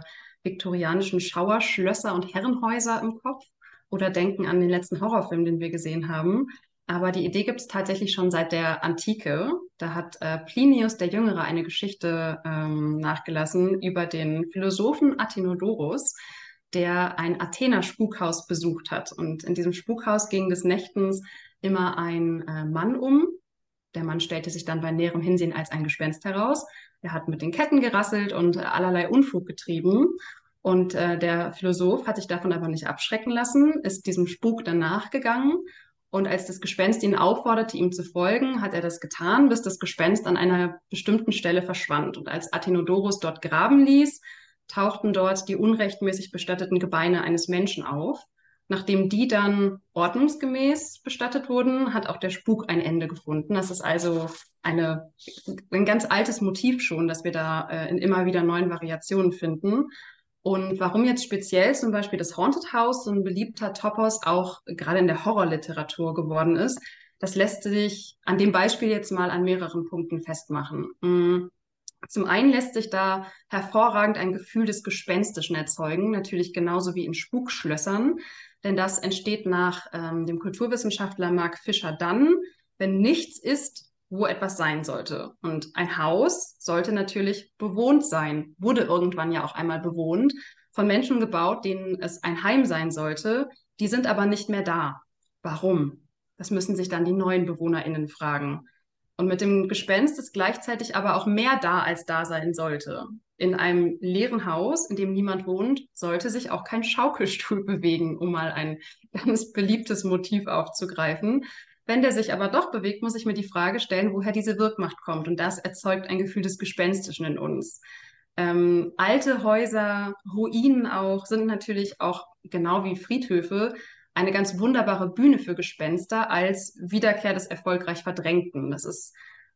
viktorianischen Schauerschlösser und Herrenhäuser im Kopf oder denken an den letzten Horrorfilm, den wir gesehen haben. Aber die Idee gibt es tatsächlich schon seit der Antike. Da hat äh, Plinius der Jüngere eine Geschichte ähm, nachgelassen über den Philosophen Athenodorus, der ein Athener Spukhaus besucht hat. Und in diesem Spukhaus ging des Nächtens immer ein äh, Mann um. Der Mann stellte sich dann bei näherem Hinsehen als ein Gespenst heraus. Er hat mit den Ketten gerasselt und äh, allerlei Unfug getrieben. Und äh, der Philosoph hat sich davon aber nicht abschrecken lassen, ist diesem Spuk dann nachgegangen. Und als das Gespenst ihn aufforderte, ihm zu folgen, hat er das getan, bis das Gespenst an einer bestimmten Stelle verschwand. Und als Athenodorus dort graben ließ, tauchten dort die unrechtmäßig bestatteten Gebeine eines Menschen auf. Nachdem die dann ordnungsgemäß bestattet wurden, hat auch der Spuk ein Ende gefunden. Das ist also eine, ein ganz altes Motiv schon, das wir da äh, in immer wieder neuen Variationen finden. Und warum jetzt speziell zum Beispiel das Haunted House so ein beliebter Topos auch gerade in der Horrorliteratur geworden ist, das lässt sich an dem Beispiel jetzt mal an mehreren Punkten festmachen. Mm. Zum einen lässt sich da hervorragend ein Gefühl des Gespenstischen erzeugen, natürlich genauso wie in Spukschlössern, denn das entsteht nach ähm, dem Kulturwissenschaftler Mark Fisher dann, wenn nichts ist, wo etwas sein sollte. Und ein Haus sollte natürlich bewohnt sein, wurde irgendwann ja auch einmal bewohnt, von Menschen gebaut, denen es ein Heim sein sollte, die sind aber nicht mehr da. Warum? Das müssen sich dann die neuen BewohnerInnen fragen. Und mit dem Gespenst ist gleichzeitig aber auch mehr da, als da sein sollte. In einem leeren Haus, in dem niemand wohnt, sollte sich auch kein Schaukelstuhl bewegen, um mal ein ganz beliebtes Motiv aufzugreifen. Wenn der sich aber doch bewegt, muss ich mir die Frage stellen, woher diese Wirkmacht kommt. Und das erzeugt ein Gefühl des Gespenstischen in uns. Ähm, alte Häuser, Ruinen auch, sind natürlich auch genau wie Friedhöfe eine ganz wunderbare Bühne für Gespenster als Wiederkehr des erfolgreich Verdrängten. Das ist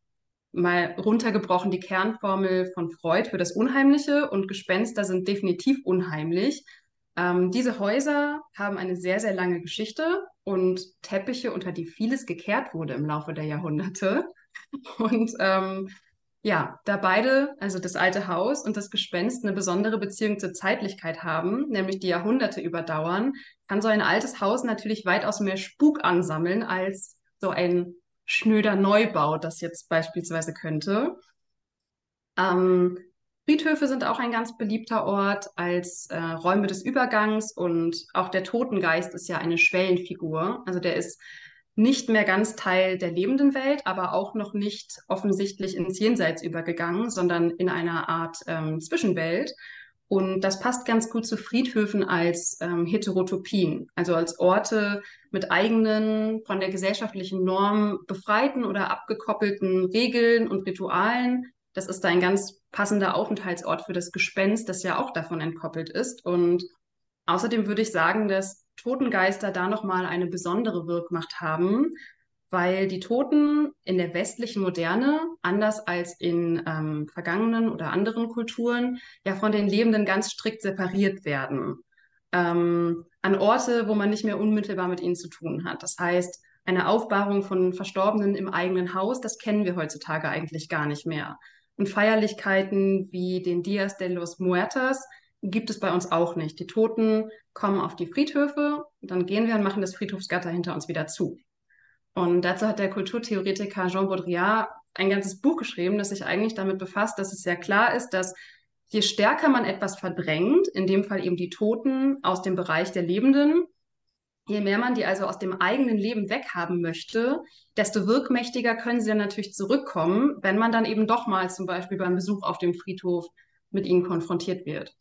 mal runtergebrochen die Kernformel von Freud für das Unheimliche, und Gespenster sind definitiv unheimlich. Ähm, diese Häuser haben eine sehr, sehr lange Geschichte und Teppiche, unter die vieles gekehrt wurde im Laufe der Jahrhunderte. Und ähm, ja, da beide, also das alte Haus und das Gespenst, eine besondere Beziehung zur Zeitlichkeit haben, nämlich die Jahrhunderte überdauern, kann so ein altes Haus natürlich weitaus mehr Spuk ansammeln als so ein schnöder Neubau, das jetzt beispielsweise könnte. Ähm, Friedhöfe sind auch ein ganz beliebter Ort als äh, Räume des Übergangs, und auch der Totengeist ist ja eine Schwellenfigur. Also der ist nicht mehr ganz Teil der lebenden Welt, aber auch noch nicht offensichtlich ins Jenseits übergegangen, sondern in einer Art ähm, Zwischenwelt. Und das passt ganz gut zu Friedhöfen als ähm, Heterotopien, also als Orte mit eigenen, von der gesellschaftlichen Norm befreiten oder abgekoppelten Regeln und Ritualen. Das ist ein ganz passender Aufenthaltsort für das Gespenst, das ja auch davon entkoppelt ist. Und außerdem würde ich sagen, dass Totengeister da nochmal eine besondere Wirkmacht haben, weil die Toten in der westlichen Moderne, anders als in ähm, vergangenen oder anderen Kulturen, ja von den Lebenden ganz strikt separiert werden. Ähm, an Orte, wo man nicht mehr unmittelbar mit ihnen zu tun hat. Das heißt, eine Aufbahrung von Verstorbenen im eigenen Haus, das kennen wir heutzutage eigentlich gar nicht mehr. Und Feierlichkeiten wie den Dias de los Muertos gibt es bei uns auch nicht. Die Toten kommen auf die Friedhöfe, dann gehen wir und machen das Friedhofsgatter hinter uns wieder zu. Und dazu hat der Kulturtheoretiker Jean Baudrillard ein ganzes Buch geschrieben, das sich eigentlich damit befasst, dass es sehr klar ist, dass je stärker man etwas verdrängt, in dem Fall eben die Toten aus dem Bereich der Lebenden, je mehr man die also aus dem eigenen Leben weghaben möchte, desto wirkmächtiger können sie dann natürlich zurückkommen, wenn man dann eben doch mal zum Beispiel beim Besuch auf dem Friedhof mit ihnen konfrontiert wird.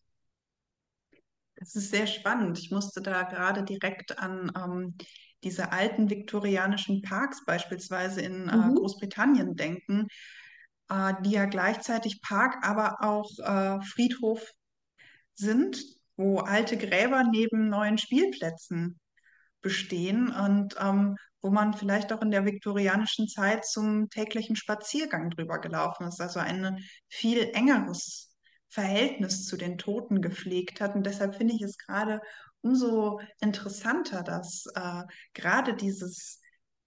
Das ist sehr spannend. Ich musste da gerade direkt an ähm, diese alten viktorianischen Parks beispielsweise in äh, Mhm. Großbritannien denken, äh, die ja gleichzeitig Park, aber auch äh, Friedhof sind, wo alte Gräber neben neuen Spielplätzen bestehen und ähm, wo man vielleicht auch in der viktorianischen Zeit zum täglichen Spaziergang drüber gelaufen ist, also ein viel engeres Verhältnis zu den Toten gepflegt hat. Und deshalb finde ich es gerade umso interessanter, dass äh, gerade dieses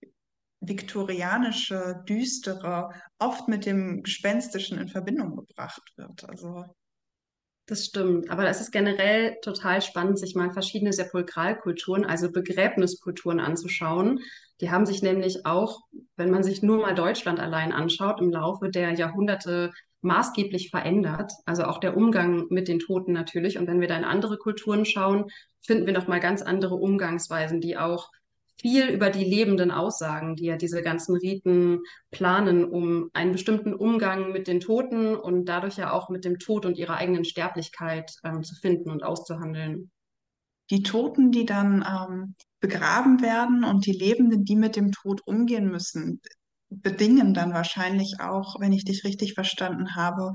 viktorianische, düstere oft mit dem Gespenstischen in Verbindung gebracht wird. Also Das stimmt, aber es ist generell total spannend, sich mal verschiedene Sepulkralkulturen, also Begräbniskulturen anzuschauen. Die haben sich nämlich auch, wenn man sich nur mal Deutschland allein anschaut, im Laufe der Jahrhunderte maßgeblich verändert. Also auch der Umgang mit den Toten natürlich. Und wenn wir da in andere Kulturen schauen, finden wir noch mal ganz andere Umgangsweisen, die auch viel über die Lebenden aussagen, die ja diese ganzen Riten planen, um einen bestimmten Umgang mit den Toten und dadurch ja auch mit dem Tod und ihrer eigenen Sterblichkeit ähm, zu finden und auszuhandeln. Die Toten, die dann ähm, begraben werden und die Lebenden, die mit dem Tod umgehen müssen, bedingen dann wahrscheinlich auch, wenn ich dich richtig verstanden habe,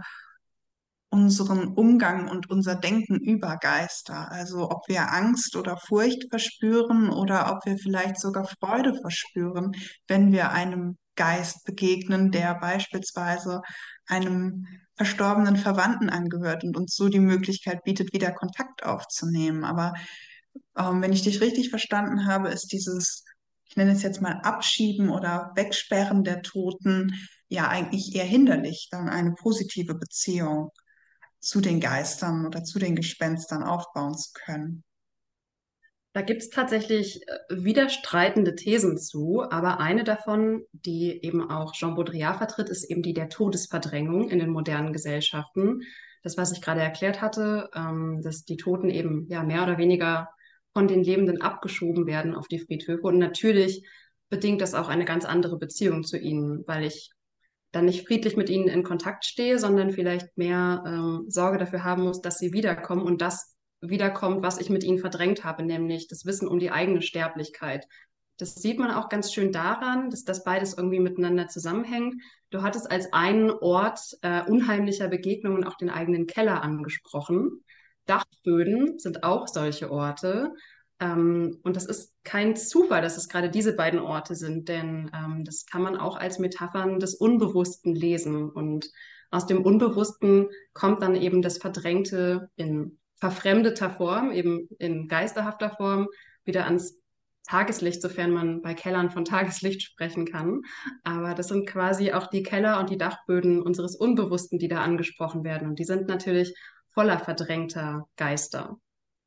unseren Umgang und unser Denken über Geister. Also ob wir Angst oder Furcht verspüren oder ob wir vielleicht sogar Freude verspüren, wenn wir einem Geist begegnen, der beispielsweise einem verstorbenen Verwandten angehört und uns so die Möglichkeit bietet, wieder Kontakt aufzunehmen. Aber ähm, wenn ich dich richtig verstanden habe, ist dieses, ich nenne es jetzt mal Abschieben oder Wegsperren der Toten ja eigentlich eher hinderlich, dann eine positive Beziehung zu den Geistern oder zu den Gespenstern aufbauen zu können. Da gibt es tatsächlich äh, widerstreitende Thesen zu, aber eine davon, die eben auch Jean Baudrillard vertritt, ist eben die der Todesverdrängung in den modernen Gesellschaften. Das, was ich gerade erklärt hatte, ähm, dass die Toten eben ja mehr oder weniger von den Lebenden abgeschoben werden auf die Friedhöfe. Und natürlich bedingt das auch eine ganz andere Beziehung zu ihnen, weil ich dann nicht friedlich mit ihnen in Kontakt stehe, sondern vielleicht mehr ähm, Sorge dafür haben muss, dass sie wiederkommen und das wiederkommt, was ich mit ihnen verdrängt habe, nämlich das Wissen um die eigene Sterblichkeit. Das sieht man auch ganz schön daran, dass das beides irgendwie miteinander zusammenhängt. Du hattest als einen Ort äh, unheimlicher Begegnungen auch den eigenen Keller angesprochen. Dachböden sind auch solche Orte. Ähm, und das ist kein Zufall, dass es gerade diese beiden Orte sind, denn ähm, das kann man auch als Metaphern des Unbewussten lesen. Und aus dem Unbewussten kommt dann eben das Verdrängte in verfremdeter Form, eben in geisterhafter Form, wieder ans Tageslicht, sofern man bei Kellern von Tageslicht sprechen kann. Aber das sind quasi auch die Keller und die Dachböden unseres Unbewussten, die da angesprochen werden. Und die sind natürlich voller verdrängter Geister.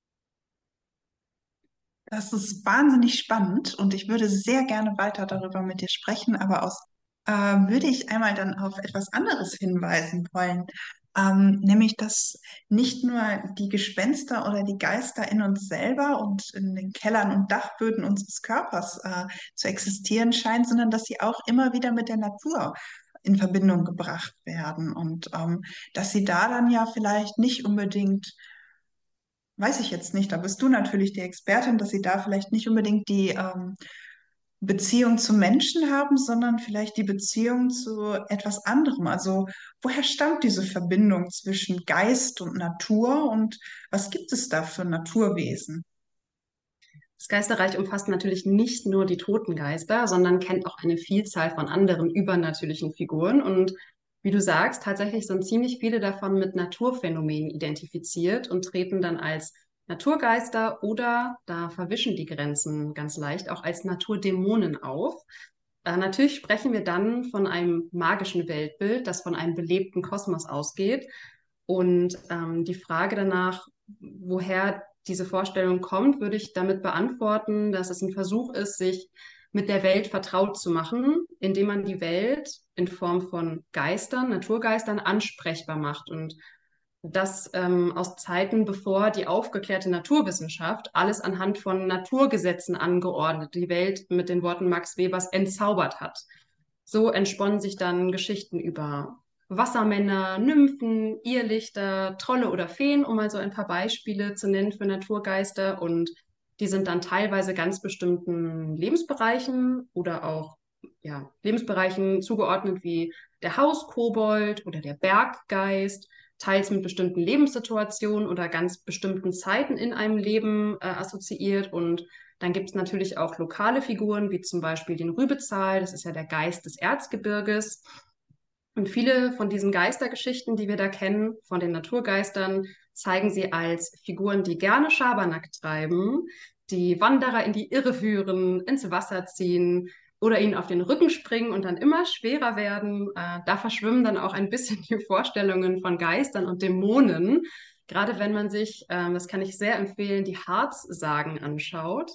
Das ist wahnsinnig spannend und ich würde sehr gerne weiter darüber mit dir sprechen, aber aus äh, würde ich einmal dann auf etwas anderes hinweisen wollen, ähm, nämlich dass nicht nur die Gespenster oder die Geister in uns selber und in den Kellern und Dachböden unseres Körpers äh, zu existieren scheinen, sondern dass sie auch immer wieder mit der Natur in Verbindung gebracht werden und ähm, dass sie da dann ja vielleicht nicht unbedingt, weiß ich jetzt nicht, da bist du natürlich die Expertin, dass sie da vielleicht nicht unbedingt die ähm, Beziehung zu Menschen haben, sondern vielleicht die Beziehung zu etwas anderem. Also woher stammt diese Verbindung zwischen Geist und Natur und was gibt es da für Naturwesen? Das Geisterreich umfasst natürlich nicht nur die Totengeister, sondern kennt auch eine Vielzahl von anderen übernatürlichen Figuren. Und wie du sagst, tatsächlich sind ziemlich viele davon mit Naturphänomenen identifiziert und treten dann als Naturgeister oder, da verwischen die Grenzen ganz leicht, auch als Naturdämonen auf. Äh, natürlich sprechen wir dann von einem magischen Weltbild, das von einem belebten Kosmos ausgeht. Und ähm, die Frage danach, woher diese Vorstellung kommt, würde ich damit beantworten, dass es ein Versuch ist, sich mit der Welt vertraut zu machen, indem man die Welt in Form von Geistern, Naturgeistern ansprechbar macht. Und das ähm, aus Zeiten, bevor die aufgeklärte Naturwissenschaft alles anhand von Naturgesetzen angeordnet, die Welt mit den Worten Max Webers entzaubert hat. So entsponnen sich dann Geschichten über Wassermänner, Nymphen, Irrlichter, Trolle oder Feen, um mal so ein paar Beispiele zu nennen für Naturgeister. Und die sind dann teilweise ganz bestimmten Lebensbereichen oder auch ja, Lebensbereichen zugeordnet wie der Hauskobold oder der Berggeist, teils mit bestimmten Lebenssituationen oder ganz bestimmten Zeiten in einem Leben äh, assoziiert. Und dann gibt es natürlich auch lokale Figuren, wie zum Beispiel den Rübezahl, das ist ja der Geist des Erzgebirges. Und viele von diesen Geistergeschichten, die wir da kennen, von den Naturgeistern, zeigen sie als Figuren, die gerne Schabernack treiben, die Wanderer in die Irre führen, ins Wasser ziehen oder ihnen auf den Rücken springen und dann immer schwerer werden. Äh, da verschwimmen dann auch ein bisschen die Vorstellungen von Geistern und Dämonen, Gerade wenn man sich, ähm, das kann ich sehr empfehlen, die Harz-Sagen anschaut.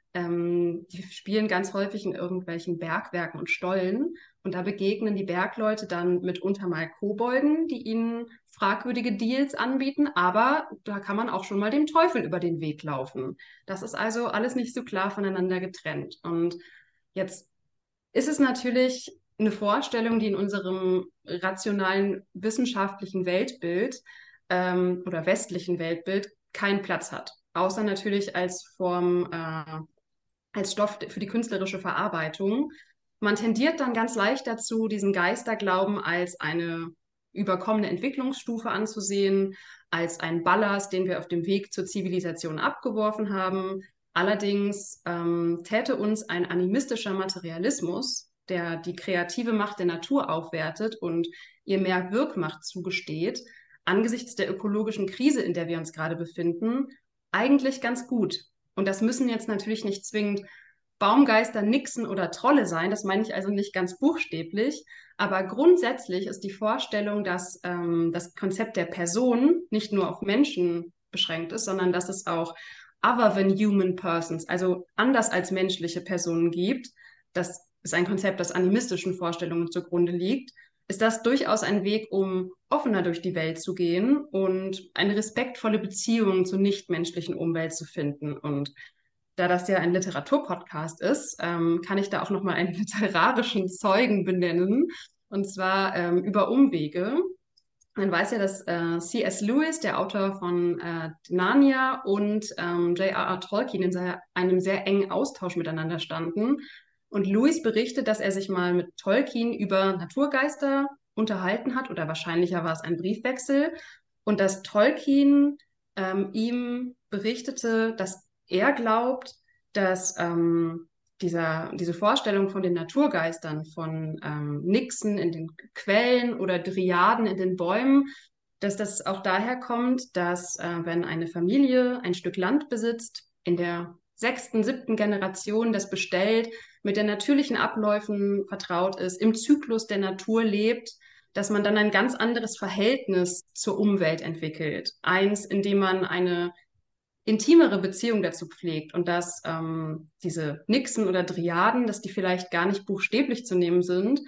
Ähm, die spielen ganz häufig in irgendwelchen Bergwerken und Stollen. Und da begegnen die Bergleute dann mitunter mal Kobolden, die ihnen fragwürdige Deals anbieten. Aber da kann man auch schon mal dem Teufel über den Weg laufen. Das ist also alles nicht so klar voneinander getrennt. Und jetzt ist es natürlich eine Vorstellung, die in unserem rationalen wissenschaftlichen Weltbild ähm, oder westlichen Weltbild keinen Platz hat. Außer natürlich als Form, äh, als Stoff für die künstlerische Verarbeitung. Man tendiert dann ganz leicht dazu, diesen Geisterglauben als eine überkommene Entwicklungsstufe anzusehen, als einen Ballast, den wir auf dem Weg zur Zivilisation abgeworfen haben. Allerdings ähm, täte uns ein animistischer Materialismus, der die kreative Macht der Natur aufwertet und ihr mehr Wirkmacht zugesteht, angesichts der ökologischen Krise, in der wir uns gerade befinden, eigentlich ganz gut. Und das müssen jetzt natürlich nicht zwingend Baumgeister, Nixen oder Trolle sein. Das meine ich also nicht ganz buchstäblich. Aber grundsätzlich ist die Vorstellung, dass ähm, das Konzept der Person nicht nur auf Menschen beschränkt ist, sondern dass es auch other than human persons, also anders als menschliche Personen gibt. Das ist ein Konzept, das animistischen Vorstellungen zugrunde liegt. Ist das durchaus ein Weg, um offener durch die Welt zu gehen und eine respektvolle Beziehung zur nichtmenschlichen Umwelt zu finden. Und da das ja ein Literaturpodcast ist, ähm, kann ich da auch nochmal einen literarischen Zeugen benennen, und zwar ähm, über Umwege. Man weiß ja, dass äh, C S. Lewis, der Autor von äh, Narnia, und ähm, J R R. Tolkien in sehr, einem sehr engen Austausch miteinander standen. Und Lewis berichtet, dass er sich mal mit Tolkien über Naturgeister unterhalten hat, oder wahrscheinlicher war es ein Briefwechsel, und dass Tolkien ähm, ihm berichtete, dass er glaubt, dass ähm, dieser, diese Vorstellung von den Naturgeistern, von ähm, Nixen in den Quellen oder Dryaden in den Bäumen, dass das auch daher kommt, dass äh, wenn eine Familie ein Stück Land besitzt, in der sechsten, siebten Generation das bestellt, mit den natürlichen Abläufen vertraut ist, im Zyklus der Natur lebt, dass man dann ein ganz anderes Verhältnis zur Umwelt entwickelt. Eins, in dem man eine intimere Beziehung dazu pflegt und dass ähm, diese Nixen oder Dryaden, dass die vielleicht gar nicht buchstäblich zu nehmen sind,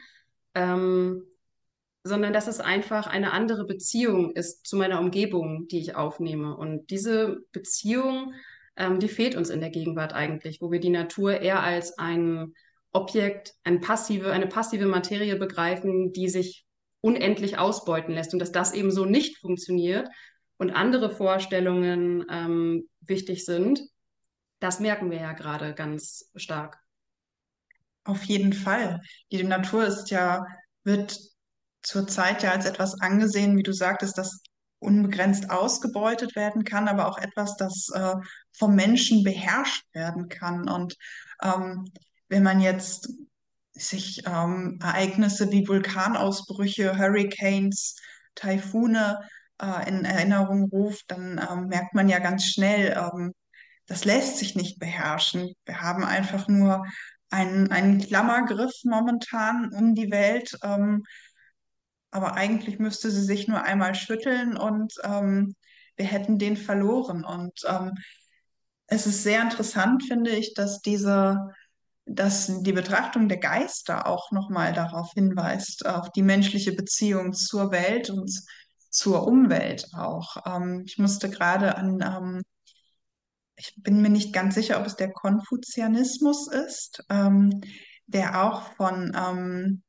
ähm, sondern dass es einfach eine andere Beziehung ist zu meiner Umgebung, die ich aufnehme. Und diese Beziehung, ähm, die fehlt uns in der Gegenwart eigentlich, wo wir die Natur eher als ein Objekt, ein passive, eine passive Materie begreifen, die sich unendlich ausbeuten lässt und dass das eben so nicht funktioniert und andere Vorstellungen ähm, wichtig sind. Das merken wir ja gerade ganz stark. Auf jeden Fall. Die Natur ist ja, wird zurzeit ja als etwas angesehen, wie du sagtest, das unbegrenzt ausgebeutet werden kann, aber auch etwas, das äh, vom Menschen beherrscht werden kann. Und ähm, wenn man jetzt sich ähm, Ereignisse wie Vulkanausbrüche, Hurricanes, Taifune äh, in Erinnerung ruft, dann ähm, merkt man ja ganz schnell, ähm, das lässt sich nicht beherrschen. Wir haben einfach nur einen, einen Klammergriff momentan um die Welt, ähm, aber eigentlich müsste sie sich nur einmal schütteln und ähm, wir hätten den verloren. Und ähm, es ist sehr interessant, finde ich, dass diese, dass die Betrachtung der Geister auch nochmal darauf hinweist, auf die menschliche Beziehung zur Welt und zur Umwelt auch. Ähm, ich musste gerade an ähm, ich bin mir nicht ganz sicher, ob es der Konfuzianismus ist, ähm, der auch von ähm,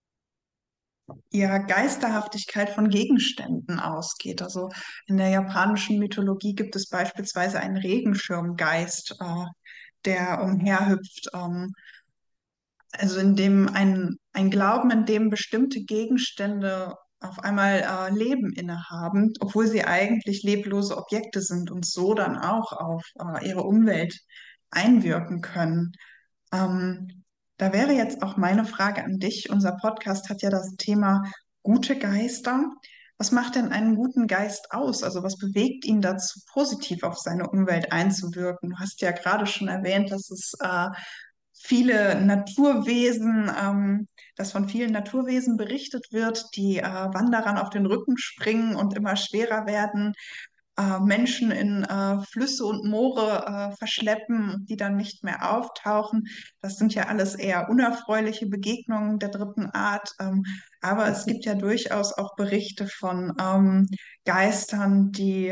ihrer Geisterhaftigkeit von Gegenständen ausgeht. Also in der japanischen Mythologie gibt es beispielsweise einen Regenschirmgeist, äh, der umherhüpft. Ähm, also in dem ein, ein Glauben, in dem bestimmte Gegenstände auf einmal äh, Leben innehaben, obwohl sie eigentlich leblose Objekte sind und so dann auch auf äh, ihre Umwelt einwirken können. Ähm, Da wäre jetzt auch meine Frage an dich. Unser Podcast hat ja das Thema gute Geister. Was macht denn einen guten Geist aus? Also was bewegt ihn dazu, positiv auf seine Umwelt einzuwirken? Du hast ja gerade schon erwähnt, dass es äh, viele Naturwesen, ähm, dass von vielen Naturwesen berichtet wird, die äh, Wanderern auf den Rücken springen und immer schwerer werden. äh, Menschen in äh, Flüsse und Moore äh, verschleppen, die dann nicht mehr auftauchen. Das sind ja alles eher unerfreuliche Begegnungen der dritten Art. Ähm, aber es gibt ja durchaus auch Berichte von ähm, Geistern, die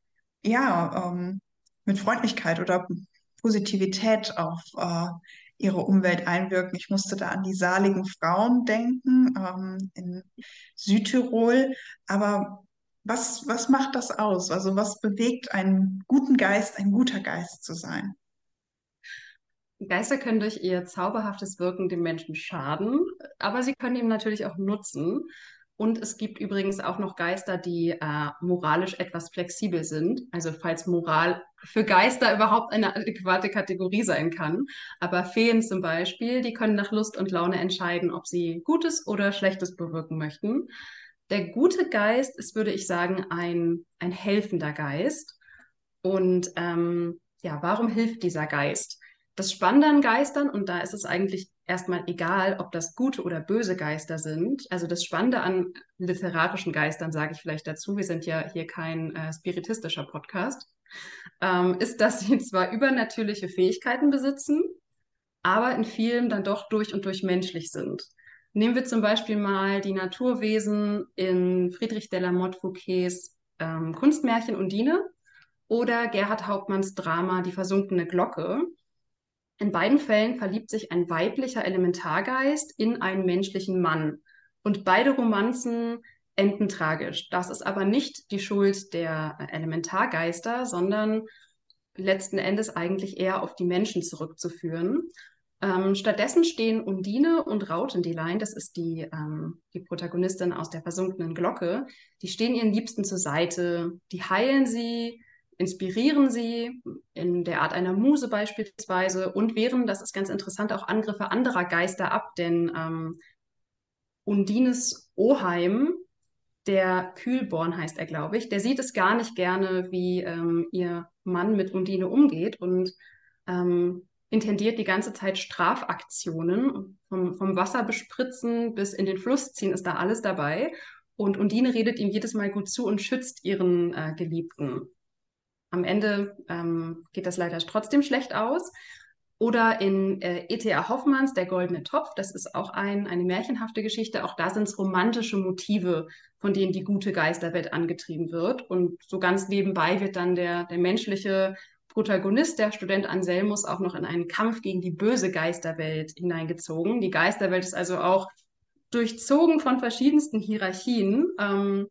ja ähm, mit Freundlichkeit oder Positivität auf äh, ihre Umwelt einwirken. Ich musste da an die saligen Frauen denken, ähm, in Südtirol. Aber was, was macht das aus? Also was bewegt einen guten Geist, ein guter Geist zu sein? Geister können durch ihr zauberhaftes Wirken dem Menschen schaden, aber sie können ihm natürlich auch nutzen. Und es gibt übrigens auch noch Geister, die äh, moralisch etwas flexibel sind. Also falls Moral für Geister überhaupt eine adäquate Kategorie sein kann. Aber Feen zum Beispiel, die können nach Lust und Laune entscheiden, ob sie Gutes oder Schlechtes bewirken möchten. Der gute Geist ist, würde ich sagen, ein, ein helfender Geist. Und ähm, ja, warum hilft dieser Geist? Das Spannende an Geistern, und da ist es eigentlich erstmal egal, ob das gute oder böse Geister sind. Also das Spannende an literarischen Geistern, sage ich vielleicht dazu, wir sind ja hier kein äh, spiritistischer Podcast, ähm, ist, dass sie zwar übernatürliche Fähigkeiten besitzen, aber in vielen dann doch durch und durch menschlich sind. Nehmen wir zum Beispiel mal die Naturwesen in Friedrich Delamotte Fouquets ähm, Kunstmärchen Undine oder Gerhard Hauptmanns Drama Die versunkene Glocke. In beiden Fällen verliebt sich ein weiblicher Elementargeist in einen menschlichen Mann. Und beide Romanzen enden tragisch. Das ist aber nicht die Schuld der Elementargeister, sondern letzten Endes eigentlich eher auf die Menschen zurückzuführen. Ähm, stattdessen stehen Undine und Rautendilein, das ist die, ähm, die Protagonistin aus der versunkenen Glocke, die stehen ihren Liebsten zur Seite, die heilen sie, inspirieren sie in der Art einer Muse beispielsweise und wehren, das ist ganz interessant, auch Angriffe anderer Geister ab, denn ähm, Undines Oheim, der Kühlborn heißt er, glaube ich, der sieht es gar nicht gerne, wie ähm, ihr Mann mit Undine umgeht und ähm, intendiert die ganze Zeit Strafaktionen. Vom, vom Wasser bespritzen bis in den Fluss ziehen ist da alles dabei. Und Undine redet ihm jedes Mal gut zu und schützt ihren äh, Geliebten. Am Ende ähm, geht das leider trotzdem schlecht aus. Oder in äh, E T A. Hoffmanns Der goldene Topf, das ist auch ein, eine märchenhafte Geschichte. Auch da sind es romantische Motive, von denen die gute Geisterwelt angetrieben wird. Und so ganz nebenbei wird dann der, der menschliche Protagonist, der Student Anselmus, auch noch in einen Kampf gegen die böse Geisterwelt hineingezogen. Die Geisterwelt ist also auch durchzogen von verschiedensten Hierarchien. Ähm,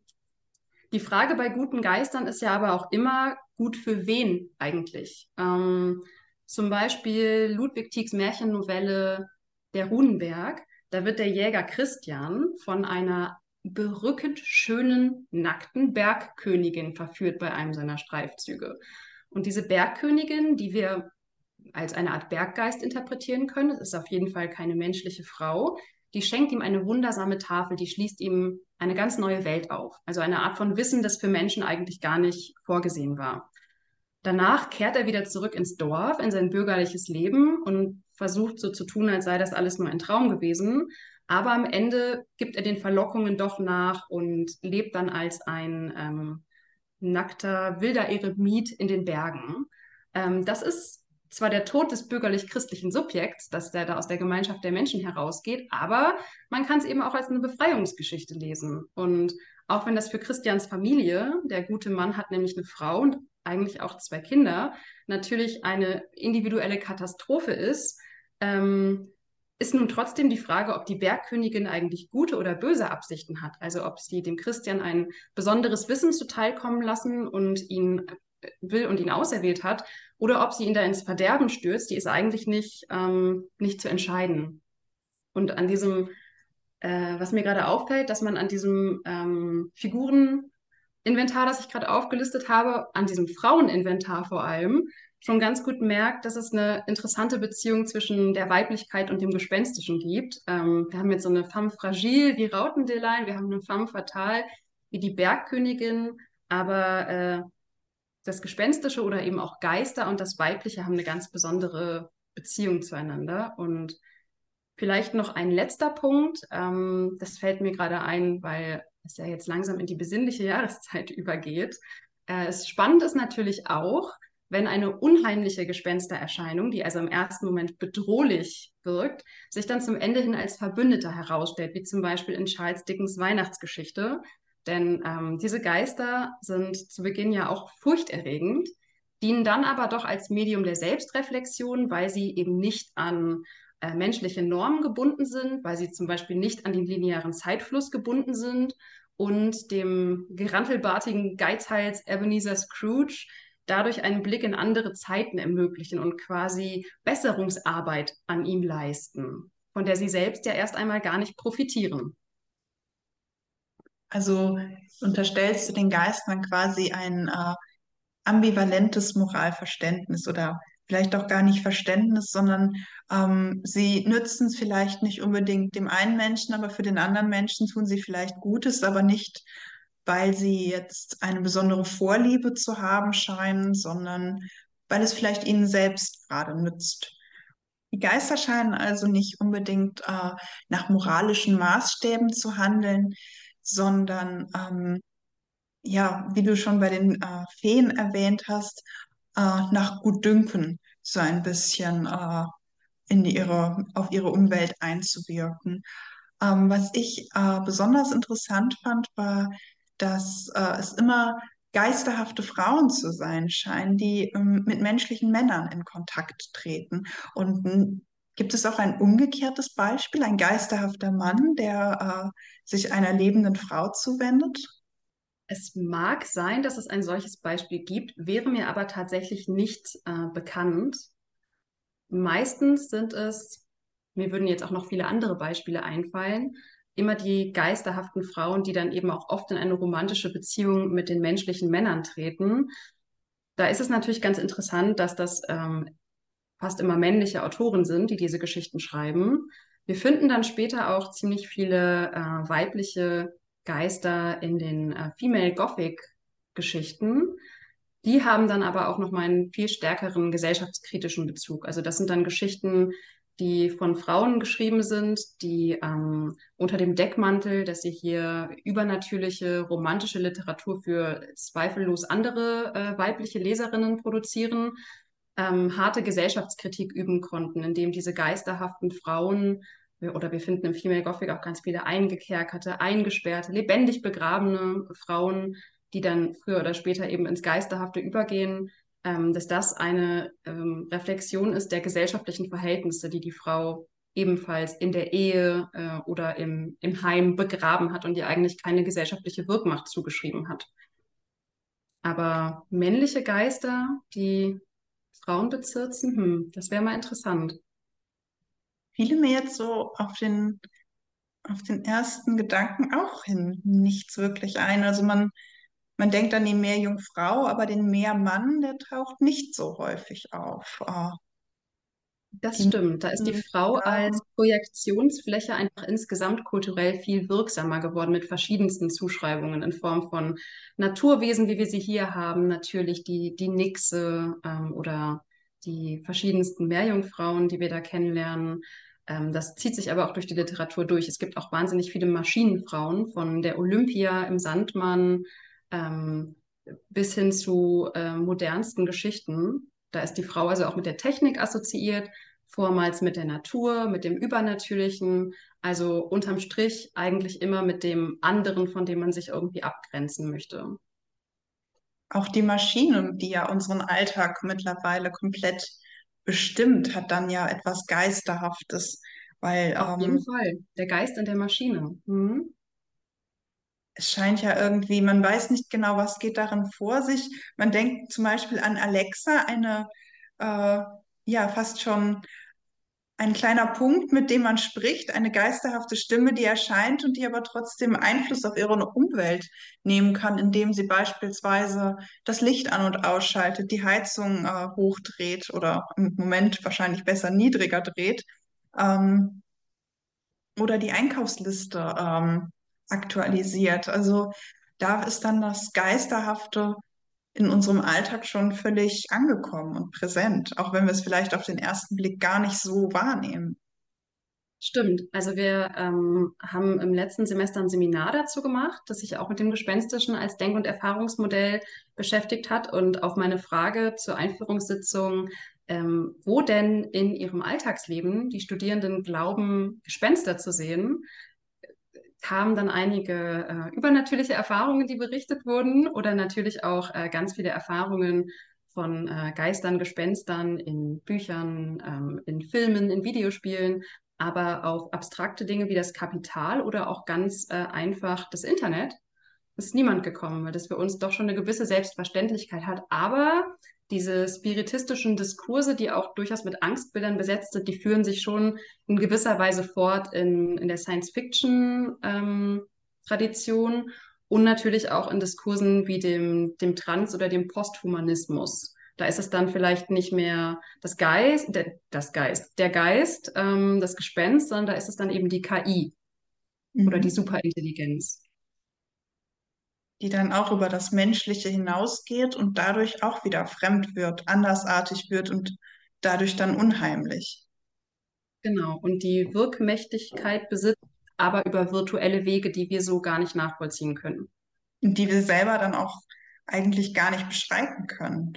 die Frage bei guten Geistern ist ja aber auch immer, gut für wen eigentlich? Ähm, zum Beispiel Ludwig Tiegs Märchennovelle Der Runenberg. Da wird der Jäger Christian von einer berückend schönen, nackten Bergkönigin verführt bei einem seiner Streifzüge. Und diese Bergkönigin, die wir als eine Art Berggeist interpretieren können, es ist auf jeden Fall keine menschliche Frau, die schenkt ihm eine wundersame Tafel, die schließt ihm eine ganz neue Welt auf. Also eine Art von Wissen, das für Menschen eigentlich gar nicht vorgesehen war. Danach kehrt er wieder zurück ins Dorf, in sein bürgerliches Leben und versucht so zu tun, als sei das alles nur ein Traum gewesen. Aber am Ende gibt er den Verlockungen doch nach und lebt dann als ein ähm, nackter, wilder Eremit in den Bergen. Ähm, das ist zwar der Tod des bürgerlich-christlichen Subjekts, dass der da aus der Gemeinschaft der Menschen herausgeht, aber man kann es eben auch als eine Befreiungsgeschichte lesen. Und auch wenn das für Christians Familie, der gute Mann hat nämlich eine Frau und eigentlich auch zwei Kinder, natürlich eine individuelle Katastrophe ist, ähm, ist nun trotzdem die Frage, ob die Bergkönigin eigentlich gute oder böse Absichten hat. Also ob sie dem Christian ein besonderes Wissen zuteilkommen lassen und ihn äh, will und ihn auserwählt hat, oder ob sie ihn da ins Verderben stürzt, die ist eigentlich nicht, ähm, nicht zu entscheiden. Und an diesem, äh, was mir gerade auffällt, dass man an diesem ähm, Figureninventar, das ich gerade aufgelistet habe, an diesem Fraueninventar vor allem, schon ganz gut merkt, dass es eine interessante Beziehung zwischen der Weiblichkeit und dem Gespenstischen gibt. Ähm, wir haben jetzt so eine femme fragile wie Rautendilein, wir haben eine femme fatale wie die Bergkönigin, aber äh, das Gespenstische oder eben auch Geister und das Weibliche haben eine ganz besondere Beziehung zueinander. Und vielleicht noch ein letzter Punkt, ähm, das fällt mir gerade ein, weil es ja jetzt langsam in die besinnliche Jahreszeit übergeht. Äh, es spannend ist natürlich auch, wenn eine unheimliche Gespenstererscheinung, die also im ersten Moment bedrohlich wirkt, sich dann zum Ende hin als Verbündeter herausstellt, wie zum Beispiel in Charles Dickens Weihnachtsgeschichte. Denn ähm, diese Geister sind zu Beginn ja auch furchterregend, dienen dann aber doch als Medium der Selbstreflexion, weil sie eben nicht an äh, menschliche Normen gebunden sind, weil sie zum Beispiel nicht an den linearen Zeitfluss gebunden sind und dem gerantelbartigen Geizhals Ebenezer Scrooge dadurch einen Blick in andere Zeiten ermöglichen und quasi Besserungsarbeit an ihm leisten, von der sie selbst ja erst einmal gar nicht profitieren. Also unterstellst du den Geistern quasi ein äh, ambivalentes Moralverständnis oder vielleicht auch gar nicht Verständnis, sondern ähm, sie nützen es vielleicht nicht unbedingt dem einen Menschen, aber für den anderen Menschen tun sie vielleicht Gutes, aber nicht, weil sie jetzt eine besondere Vorliebe zu haben scheinen, sondern weil es vielleicht ihnen selbst gerade nützt. Die Geister scheinen also nicht unbedingt äh, nach moralischen Maßstäben zu handeln, sondern ähm, ja, wie du schon bei den äh, Feen erwähnt hast, äh, nach Gutdünken so ein bisschen äh, in ihre, auf ihre Umwelt einzuwirken. Ähm, was ich äh, besonders interessant fand, war, dass äh, es immer geisterhafte Frauen zu sein scheinen, die ähm, mit menschlichen Männern in Kontakt treten. Und m, gibt es auch ein umgekehrtes Beispiel, ein geisterhafter Mann, der äh, sich einer lebenden Frau zuwendet? Es mag sein, dass es ein solches Beispiel gibt, wäre mir aber tatsächlich nicht äh, bekannt. Meistens sind es, mir würden jetzt auch noch viele andere Beispiele einfallen, immer die geisterhaften Frauen, die dann eben auch oft in eine romantische Beziehung mit den menschlichen Männern treten. Da ist es natürlich ganz interessant, dass das ähm, fast immer männliche Autoren sind, die diese Geschichten schreiben. Wir finden dann später auch ziemlich viele äh, weibliche Geister in den äh, Female Gothic Geschichten. Die haben dann aber auch nochmal einen viel stärkeren gesellschaftskritischen Bezug. Also das sind dann Geschichten, die von Frauen geschrieben sind, die ähm, unter dem Deckmantel, dass sie hier übernatürliche, romantische Literatur für zweifellos andere äh, weibliche Leserinnen produzieren, ähm, harte Gesellschaftskritik üben konnten, indem diese geisterhaften Frauen, wir- oder wir finden im Female Gothic auch ganz viele eingekerkerte, eingesperrte, lebendig begrabene Frauen, die dann früher oder später eben ins Geisterhafte übergehen, ähm, dass das eine ähm, Reflexion ist der gesellschaftlichen Verhältnisse, die die Frau ebenfalls in der Ehe äh, oder im, im Heim begraben hat und ihr eigentlich keine gesellschaftliche Wirkmacht zugeschrieben hat. Aber männliche Geister, die Frauen bezirzen, hm, das wäre mal interessant. Fiele mir jetzt so auf den, auf den ersten Gedanken auch hin nichts wirklich ein. Also man, man denkt an die Meerjungfrau, aber den Meermann, der taucht nicht so häufig auf. Äh, Das die, stimmt. Da ist die Frau ja, als Projektionsfläche einfach insgesamt kulturell viel wirksamer geworden mit verschiedensten Zuschreibungen in Form von Naturwesen, wie wir sie hier haben, natürlich die, die Nixe ähm, oder die verschiedensten Meerjungfrauen, die wir da kennenlernen. Ähm, das zieht sich aber auch durch die Literatur durch. Es gibt auch wahnsinnig viele Maschinenfrauen, von der Olympia im Sandmann ähm, bis hin zu äh, modernsten Geschichten. Da ist die Frau also auch mit der Technik assoziiert, vormals mit der Natur, mit dem Übernatürlichen, also unterm Strich eigentlich immer mit dem anderen, von dem man sich irgendwie abgrenzen möchte. auch die Maschine, die ja unseren Alltag mittlerweile komplett bestimmt, hat dann ja etwas Geisterhaftes, weil Auf jeden ähm, Fall, der Geist in der Maschine. Mhm. es scheint ja irgendwie, man weiß nicht genau, was geht darin vor sich. Man denkt zum Beispiel an Alexa, eine äh, ja fast schon ein kleiner Punkt, mit dem man spricht, eine geisterhafte Stimme, die erscheint und die aber trotzdem Einfluss auf ihre Umwelt nehmen kann, indem sie beispielsweise das Licht an und ausschaltet, die Heizung äh, hochdreht oder im Moment wahrscheinlich besser niedriger dreht, ähm, oder die Einkaufsliste ähm, aktualisiert. Also da ist dann das Geisterhafte in unserem Alltag schon völlig angekommen und präsent, auch wenn wir es vielleicht auf den ersten Blick gar nicht so wahrnehmen. Stimmt. Also wir ähm, haben im letzten Semester ein Seminar dazu gemacht, das sich auch mit dem Gespenstischen als Denk- und Erfahrungsmodell beschäftigt hat. Und auf meine Frage zur Einführungssitzung, ähm, wo denn in ihrem Alltagsleben die Studierenden glauben, Gespenster zu sehen, kamen dann einige äh, übernatürliche Erfahrungen, die berichtet wurden, oder natürlich auch äh, ganz viele Erfahrungen von äh, Geistern, Gespenstern in Büchern, ähm, in Filmen, in Videospielen, aber auf abstrakte Dinge wie das Kapital oder auch ganz äh, einfach das Internet ist niemand gekommen, weil das für uns doch schon eine gewisse Selbstverständlichkeit hat. Aber diese spiritistischen Diskurse, die auch durchaus mit Angstbildern besetzt sind, die führen sich schon in gewisser Weise fort in, in der Science-Fiction-Tradition und natürlich auch in Diskursen wie dem, dem Trans- oder dem Posthumanismus. Da ist es dann vielleicht nicht mehr das Geist, der, das Geist, der Geist, ähm, das Gespenst, sondern da ist es dann eben die K I oder die Mhm. Superintelligenz. Die dann auch über das Menschliche hinausgeht und dadurch auch wieder fremd wird, andersartig wird und dadurch dann unheimlich. Genau, und die Wirkmächtigkeit besitzt, aber über virtuelle Wege, die wir so gar nicht nachvollziehen können. Und die wir selber dann auch eigentlich gar nicht beschreiben können.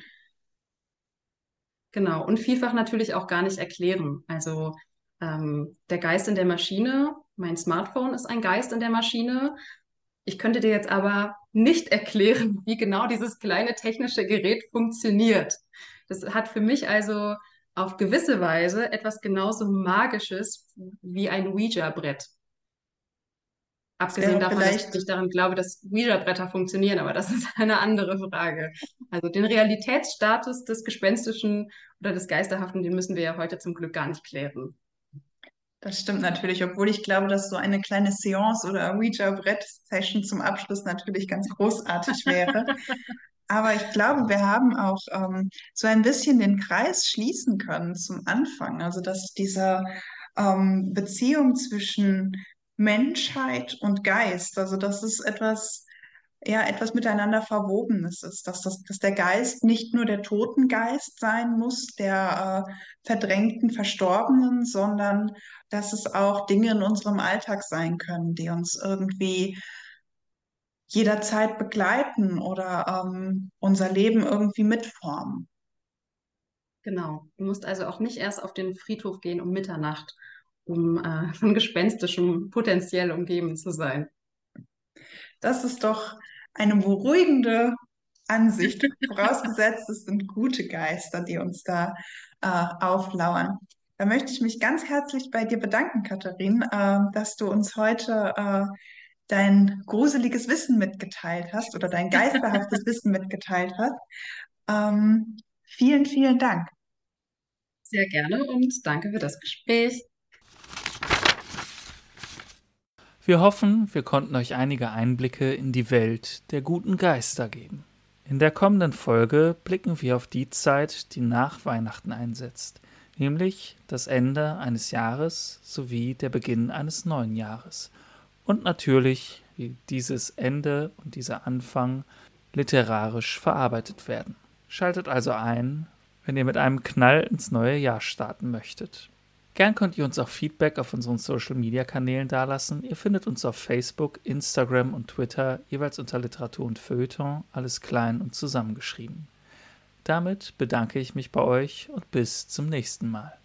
Genau, und vielfach natürlich auch gar nicht erklären. Also ähm, der Geist in der Maschine, mein Smartphone ist ein Geist in der Maschine. Ich könnte dir jetzt aber nicht erklären, wie genau dieses kleine technische Gerät funktioniert. Das hat für mich also auf gewisse Weise etwas genauso Magisches wie ein Ouija-Brett. Es Abgesehen wäre davon, dass ich vielleicht nicht daran glaube, dass Ouija-Bretter funktionieren, aber das ist eine andere Frage. Also den Realitätsstatus des Gespenstischen oder des Geisterhaften, den müssen wir ja heute zum Glück gar nicht klären. Das stimmt natürlich, obwohl ich glaube, dass so eine kleine Seance oder Ouija-Brett-Session zum Abschluss natürlich ganz großartig wäre. Aber ich glaube, wir haben auch ähm, so ein bisschen den Kreis schließen können zum Anfang. Also dass diese ähm, Beziehung zwischen Menschheit und Geist, also dass es etwas, ja, etwas miteinander Verwobenes ist, dass, das, dass der Geist nicht nur der Totengeist sein muss, der äh, verdrängten Verstorbenen, sondern dass es auch Dinge in unserem Alltag sein können, die uns irgendwie jederzeit begleiten oder ähm, unser Leben irgendwie mitformen. Genau. Du musst also auch nicht erst auf den Friedhof gehen um Mitternacht, um äh, von Gespenstischem potenziell umgeben zu sein. Das ist doch eine beruhigende Ansicht, vorausgesetzt, es sind gute Geister, die uns da äh, auflauern. Da möchte ich mich ganz herzlich bei dir bedanken, Katharin, äh, dass du uns heute äh, dein gruseliges Wissen mitgeteilt hast oder dein geisterhaftes Wissen mitgeteilt hast. Ähm, vielen, vielen Dank. Sehr gerne und danke für das Gespräch. Wir hoffen, wir konnten euch einige Einblicke in die Welt der guten Geister geben. In der kommenden Folge blicken wir auf die Zeit, die nach Weihnachten einsetzt, nämlich das Ende eines Jahres sowie der Beginn eines neuen Jahres. Und natürlich, wie dieses Ende und dieser Anfang literarisch verarbeitet werden. Schaltet also ein, wenn ihr mit einem Knall ins neue Jahr starten möchtet. Gern könnt ihr uns auch Feedback auf unseren Social-Media-Kanälen dalassen. Ihr findet uns auf Facebook, Instagram und Twitter jeweils unter Literatur und Feuilleton, alles klein und zusammengeschrieben. Damit bedanke ich mich bei euch und bis zum nächsten Mal.